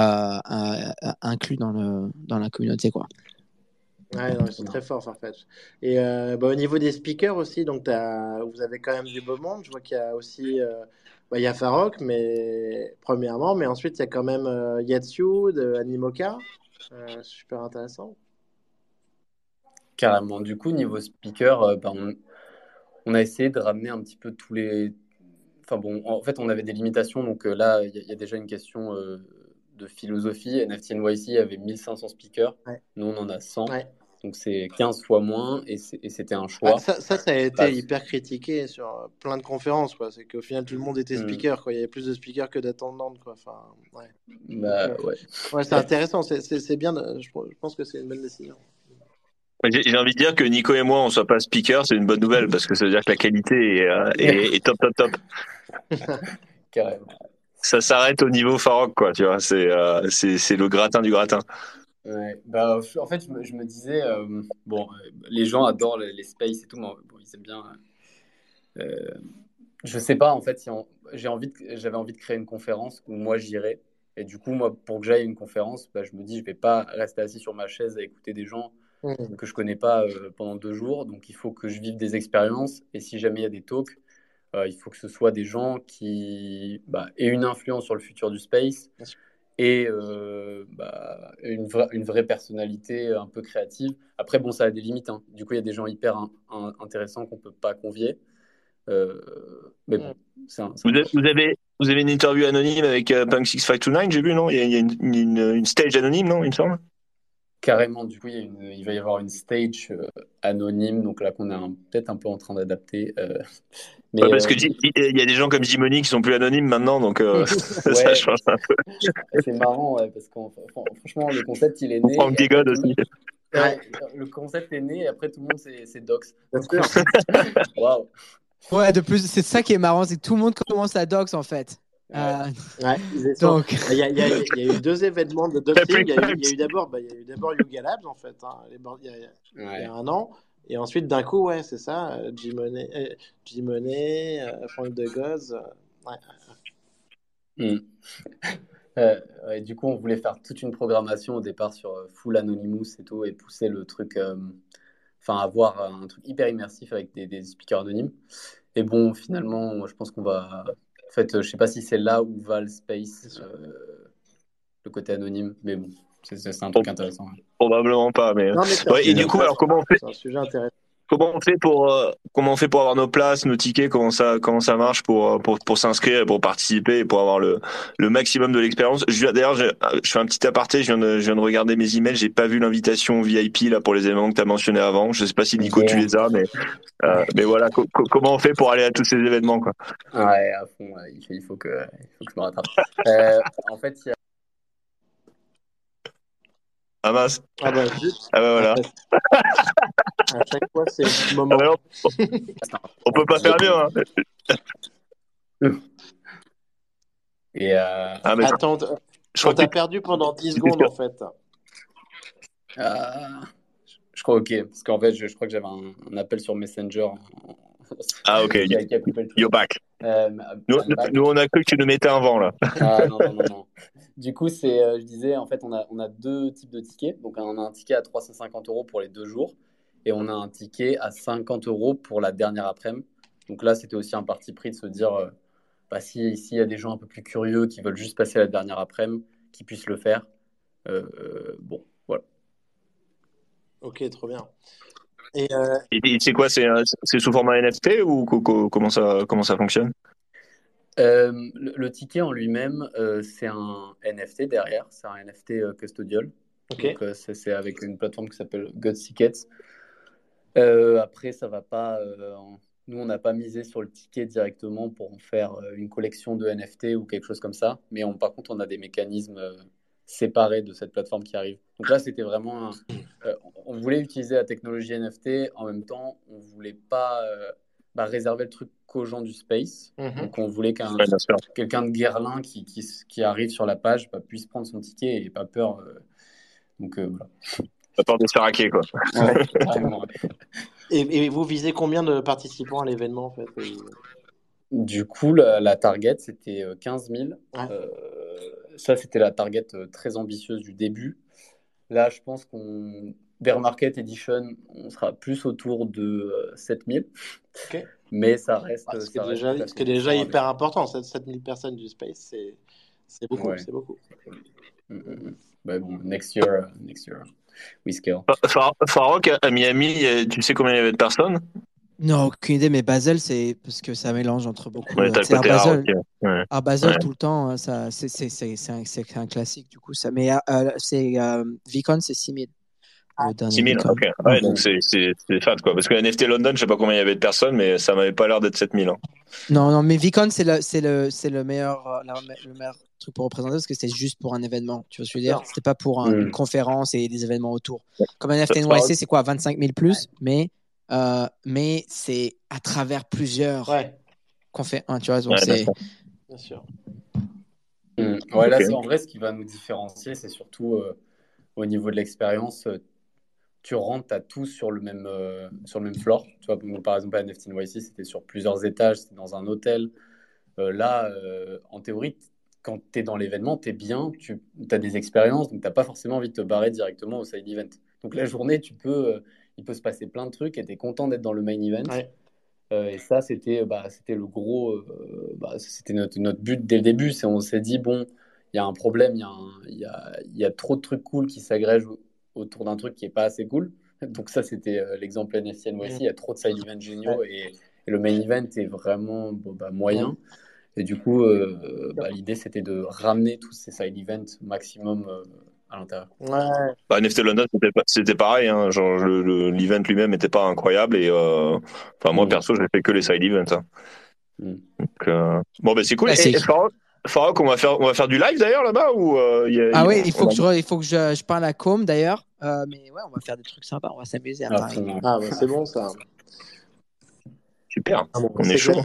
inclus dans la communauté, quoi.
Ouais, non, ils sont très forts, Farfetch. Et au niveau des speakers aussi, donc vous avez quand même du beau monde. Je vois qu'il y a aussi il y a Farok, mais premièrement, mais ensuite il y a quand même Yatsu de Animoca, super intéressant.
Carrément. Du coup, niveau speaker, on a essayé de ramener un petit peu tous les. Enfin bon, en fait, on avait des limitations. Donc là, il y a déjà une question de philosophie. NFT NYC avait 1500 speakers.
Ouais.
Nous, on en a 100.
Ouais.
Donc c'est 15 fois moins et c'était un choix.
Ça a été hyper critiqué sur plein de conférences, quoi. C'est qu'au final tout le monde était speaker, quoi. Il y avait plus de speakers que d'attendantes, quoi. Enfin, ouais. Ouais, c'est intéressant. C'est bien. Je pense que c'est une bonne décision.
J'ai envie de dire que Nico et moi on soit pas speaker, c'est une bonne nouvelle parce que ça veut dire que la qualité est top.
Carrément.
Ça s'arrête au niveau Farok, quoi. Tu vois, c'est le gratin du gratin.
Ouais, en fait, je me disais, les gens adorent les spaces et tout, mais bon, ils aiment bien. Je sais pas, en fait, si j'avais envie de créer une conférence où moi j'irais. Et du coup, moi, pour que j'aille à une conférence, je me dis, je vais pas rester assis sur ma chaise à écouter des gens que je connais pas pendant 2 jours. Donc, il faut que je vive des expériences. Et si jamais il y a des talks, il faut que ce soit des gens qui aient une influence sur le futur du space et une vraie personnalité un peu créative. Après, bon, ça a des limites. Hein. Du coup, il y a des gens hyper intéressants qu'on peut pas convier. Mais bon,
vous avez une interview anonyme avec Punk6529, j'ai vu, non? Il y a une stage anonyme, non, il me semble?
Carrément, du coup, il va y avoir une stage anonyme, donc là qu'on est peut-être un peu en train d'adapter.
Mais parce que il y a des gens comme Jimony qui sont plus anonymes maintenant, donc ça change un peu.
C'est marrant, parce que franchement, le concept, il est né.
Franck Bigode aussi.
Le concept est né et après tout le monde s'est dox. Waouh.
Ouais, de plus, c'est ça qui est marrant, c'est que tout le monde commence à dox en fait.
Donc, il y a eu 2 événements de doxing. Il y a eu d'abord Yuga Labs en fait, hein, il y a un an, et ensuite d'un coup, c'est ça, G-Money, Frank de Goz.
Ouais, du coup, on voulait faire toute une programmation au départ sur full Anonymous et tout, et pousser le truc, enfin, avoir un truc hyper immersif avec des speakers anonymes. Et bon, finalement, moi, je pense qu'on va. En fait, je sais pas si c'est là où va le space, le côté anonyme, mais bon, c'est un truc intéressant.
Probablement pas, mais.
Non, mais
Ouais, et du coup, alors
c'est un sujet intéressant.
comment on fait pour avoir nos places, nos tickets, comment ça marche pour s'inscrire, pour participer, et pour avoir le maximum de l'expérience. D'ailleurs, je fais un petit aparté, je viens de regarder mes emails, j'ai pas vu l'invitation VIP là pour les événements que tu as mentionné avant. Je sais pas si Nico tu les as, mais voilà, comment on fait pour aller à tous ces événements, quoi.
Ouais, à fond, ouais, il faut que je me rattrape. En fait, il y a.
Ah mince.
Ah bah zut.
Ah bah voilà.
À chaque fois, c'est le moment.
Ah bah non, on peut pas faire mieux, hein.
Et
Ah, mais
Attends,
je crois
on t'a
que
perdu pendant 10 secondes en fait.
je crois ok, parce qu'en fait, je crois que j'avais un appel sur Messenger
Ah ok,
qui a coupé le truc.
you're back. Nous,
I'm back.
on a cru que tu nous mettais un vent là.
Ah non. Du coup, je disais, en fait, on a deux types de tickets. Donc, on a un ticket à 350 € pour les 2 jours et on a un ticket à 50 € pour la dernière après-midi. Donc là, c'était aussi un parti pris de se dire, bah, s'il y a des gens un peu plus curieux qui veulent juste passer la dernière après-midi, qu'ils puissent le faire. Bon, voilà.
Ok, trop bien. Et
Et c'est quoi, c'est sous format NFT ou comment ça fonctionne?
Le ticket en lui-même, c'est un NFT derrière, c'est un NFT custodial.
ok.
Donc, c'est avec une plateforme qui s'appelle Tickets. Après, ça va pas. Nous, on n'a pas misé sur le ticket directement pour en faire une collection de NFT ou quelque chose comme ça. Mais par contre, on a des mécanismes séparés de cette plateforme qui arrive. Donc là, c'était vraiment. On voulait utiliser la technologie NFT. En même temps, on voulait pas réserver le truc qu'aux gens du space.
Mhm.
Donc, on voulait
Ouais, bien sûr.
quelqu'un de guerlin qui arrive sur la page puisse prendre son ticket et pas peur. Donc, voilà.
Pas peur de se faire hacker, quoi.
Ouais, carrément.
Et vous visez combien de participants à l'événement en fait?
Du coup, la target, c'était 15 000.
Ouais.
Ça, c'était la target très ambitieuse du début. Là, je pense Bear Market Edition, on sera plus autour de 7 000.
Ok.
Mais ça reste.
Ce qui est déjà hyper important. 7 000 personnes du space, c'est beaucoup.
Ouais.
C'est beaucoup.
Bah bon, next year, we scale.
Farok, à Miami, tu sais combien il y avait de personnes?
Non, aucune idée, mais Basel, c'est parce que ça mélange entre beaucoup.
Ouais, t'as le
C'est
côté art, ok. Ouais.
À Basel,
Ouais.
tout le temps, ça, c'est un classique, du coup. Ça. Mais VCon, c'est 6 000. Le dernier
6 000,
VCon.
ok. Ouais, donc c'est fat, quoi. Parce que NFT London, je sais pas combien il y avait de personnes, mais ça m'avait pas l'air d'être 7 000. Hein.
Non, mais VCon, c'est le meilleur, le meilleur truc pour représenter parce que c'était juste pour un événement. Tu vois ce que je veux dire? C'était pas pour une conférence et des événements autour. Comme un NFT NYC, c'est quoi? 25 000 plus, mais c'est à travers plusieurs conférences. Tu vois, donc c'est.
Bien sûr.
Ouais, là, en vrai, ce qui va nous différencier, c'est surtout au niveau de l'expérience. Tu rentres à tous sur le même floor. Tu vois, par exemple, à NFT NYC, c'était sur plusieurs étages, c'était dans un hôtel. Là, en théorie, quand tu es dans l'événement, tu es bien, tu as des expériences, donc tu n'as pas forcément envie de te barrer directement au side event. Donc la journée, il peut se passer plein de trucs et tu es content d'être dans le main event.
Ouais.
Et ça, c'était le gros. C'était notre but dès le début. On s'est dit, bon, il y a un problème, il y a trop de trucs cool qui s'agrègent autour d'un truc qui n'est pas assez cool. Donc ça, c'était l'exemple NFT NYC. Il y a trop de side events géniaux et le main event est vraiment moyen. Et du coup, l'idée, c'était de ramener tous ces side events maximum à l'intérieur.
Ouais.
Bah, NFT London, c'était pareil. Hein. Genre, l'event lui-même n'était pas incroyable. Et moi, perso, j'ai fait que les side events. Hein. Donc, bon, ben c'est cool. Et Farok, on va faire du live d'ailleurs là-bas ou
oui, il faut que je parle à Com d'ailleurs. Mais ouais, on va faire des trucs sympas. On va s'amuser à Paris.
C'est bon ça.
Super. On est chaud.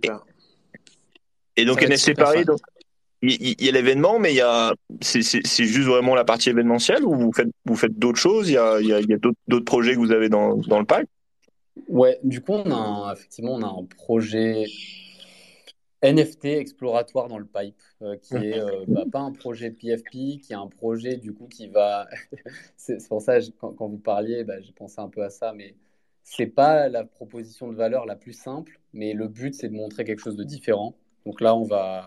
Et donc NFT Paris, donc, il y a l'événement, mais c'est juste vraiment la partie événementielle ou vous faites d'autres choses? Il y a d'autres projets que vous avez dans le pipe?
Ouais, du coup, effectivement, on a un projet NFT exploratoire dans le pipe, qui est pas un projet PFP, qui est un projet du coup qui va. C'est pour ça, quand vous parliez, j'ai pensé un peu à ça, mais c'est pas la proposition de valeur la plus simple, mais le but c'est de montrer quelque chose de différent. Donc là,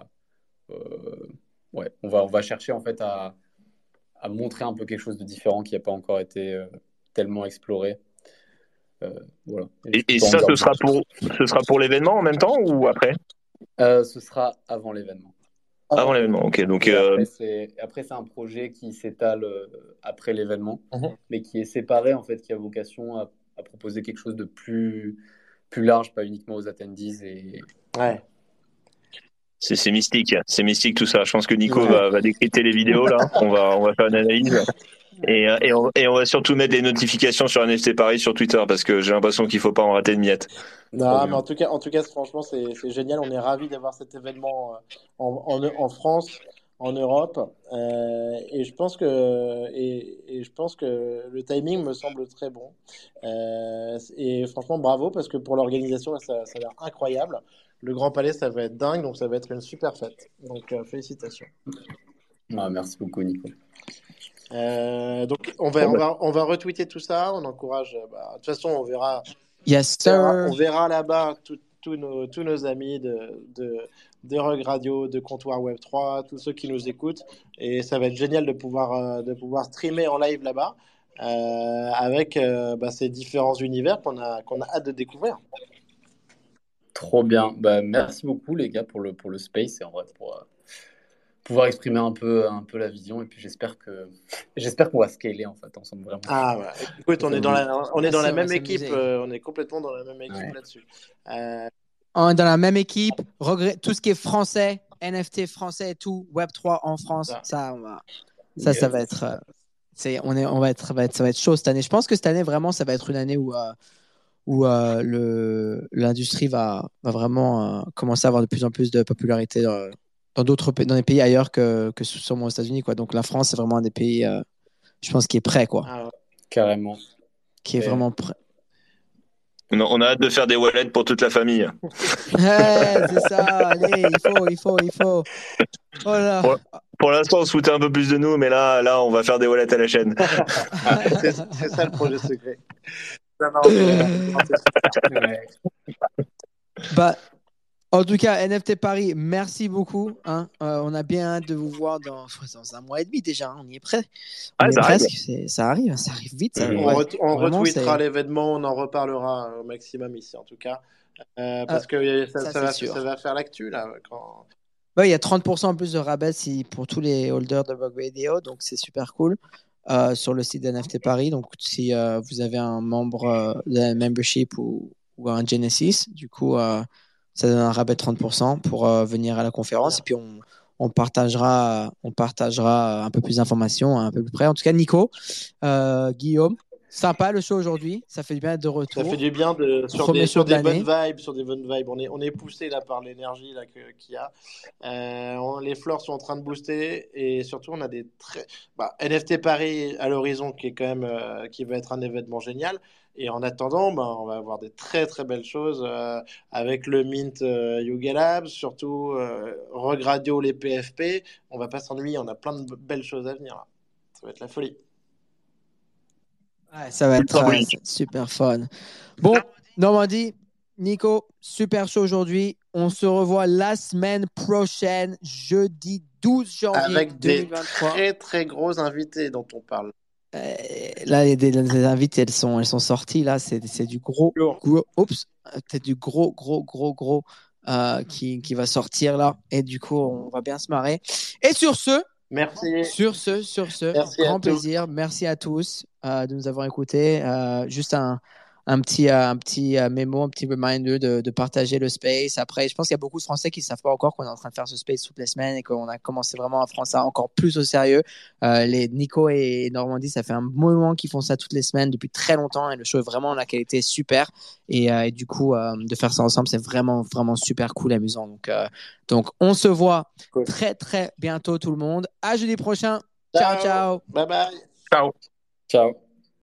on va chercher en fait à montrer un peu quelque chose de différent qui n'a pas encore été tellement exploré. Voilà.
Et ça, ce sera pour l'événement en même temps ou après?
Ce sera avant l'événement.
Avant l'événement, ok. Donc,
après, c'est un projet qui s'étale après l'événement, mais qui est séparé, en fait, qui a vocation à proposer quelque chose de plus large, pas uniquement aux attendees.
Ouais.
C'est mystique tout ça. Je pense que Nico va décrypter les vidéos là. On va faire une analyse. Et on va surtout mettre des notifications sur NFT Paris sur Twitter parce que j'ai l'impression qu'il faut pas en rater de miette.
Non, mais en tout cas, franchement, c'est génial. On est ravis d'avoir cet événement en France, en Europe, et je pense que le timing me semble très bon. Et franchement, bravo parce que pour l'organisation, ça a l'air incroyable. Le Grand Palais, ça va être dingue, donc ça va être une super fête. Donc félicitations.
Merci beaucoup, Nico.
Donc on va retweeter tout ça. On encourage. De toute façon, on verra.
Yes, sir.
On verra là-bas tous nos amis de Rug Radio, de Comptoir Web 3, tous ceux qui nous écoutent. Et ça va être génial de pouvoir streamer en live là-bas avec ces différents univers qu'on a hâte de découvrir.
Trop bien. Merci beaucoup les gars pour le space et en vrai pour pouvoir exprimer un peu la vision, et puis j'espère qu'on va scaler en fait ensemble vraiment.
Écoute, on est dans la même équipe, on est complètement dans la même équipe là-dessus.
On est dans la même équipe, tout ce qui est français, NFT français et tout, Web3 en France, ça va être ça va être chaud cette année. Je pense que cette année vraiment ça va être une année où l'industrie va vraiment commencer à avoir de plus en plus de popularité dans les pays ailleurs que sûrement aux États-Unis, quoi. Donc la France c'est vraiment un des pays je pense qui est prêt, quoi.
Carrément.
Qui est vraiment prêt.
On a hâte de faire des wallets pour toute la famille.
C'est ça, allez, il faut. Oh là.
Pour l'instant, on se foutait un peu plus de nous, mais là, on va faire des wallets à la chaîne.
C'est ça le projet secret.
En tout cas, NFT Paris, merci beaucoup. On a bien hâte de vous voir dans un mois et demi déjà. On y est prêt. Ça arrive vite.
On retweetera l'événement, on en reparlera au maximum ici en tout cas. Parce que ça va faire l'actu là.
Il y a 30% en plus de rabais pour tous les holders de Rug Radio, donc c'est super cool. Sur le site d'NFT Paris. Donc, si vous avez un membre de membership ou un Genesis, du coup, ça donne un rabais de 30% pour venir à la conférence. Et puis, on partagera un peu plus d'informations un peu plus près. En tout cas, Nico, Guillaume, sympa le show aujourd'hui. Ça fait du bien d'être de retour.
Ça fait du bien sur des bonnes vibes. On est poussé là par l'énergie là qu'il y a. Les floors sont en train de booster et surtout on a des NFT Paris à l'horizon qui est quand même qui va être un événement génial. Et en attendant, on va avoir des très très belles choses avec le Mint Yuga Labs, surtout Rug Radio, les PFP. On va pas s'ennuyer. On a plein de belles choses à venir là. Ça va être la folie.
Ouais, ça va être super fun. Bon, Normandie, Nico, super chaud aujourd'hui. On se revoit la semaine prochaine, jeudi 12 janvier
avec
2023.
Des très très gros invités dont on parle.
Là, les invités, elles sont sorties. Là, c'est du gros qui va sortir là. Et du coup, on va bien se marrer. Et sur ce,
merci.
Sur ce, grand plaisir. Merci à tous de nous avoir écoutés. Juste un petit mémo, un petit reminder de partager le space. Après, je pense qu'il y a beaucoup de Français qui ne savent pas encore qu'on est en train de faire ce space toutes les semaines et qu'on a commencé vraiment à prendre ça encore plus au sérieux. Les Nico et Normandie, ça fait un moment qu'ils font ça toutes les semaines depuis très longtemps et le show est vraiment la qualité est super. Et du coup, de faire ça ensemble, c'est vraiment, vraiment super cool et amusant. Donc, on se voit très, très bientôt tout le monde. À jeudi prochain. Ciao, ciao.
Bye bye.
Ciao.
Ciao.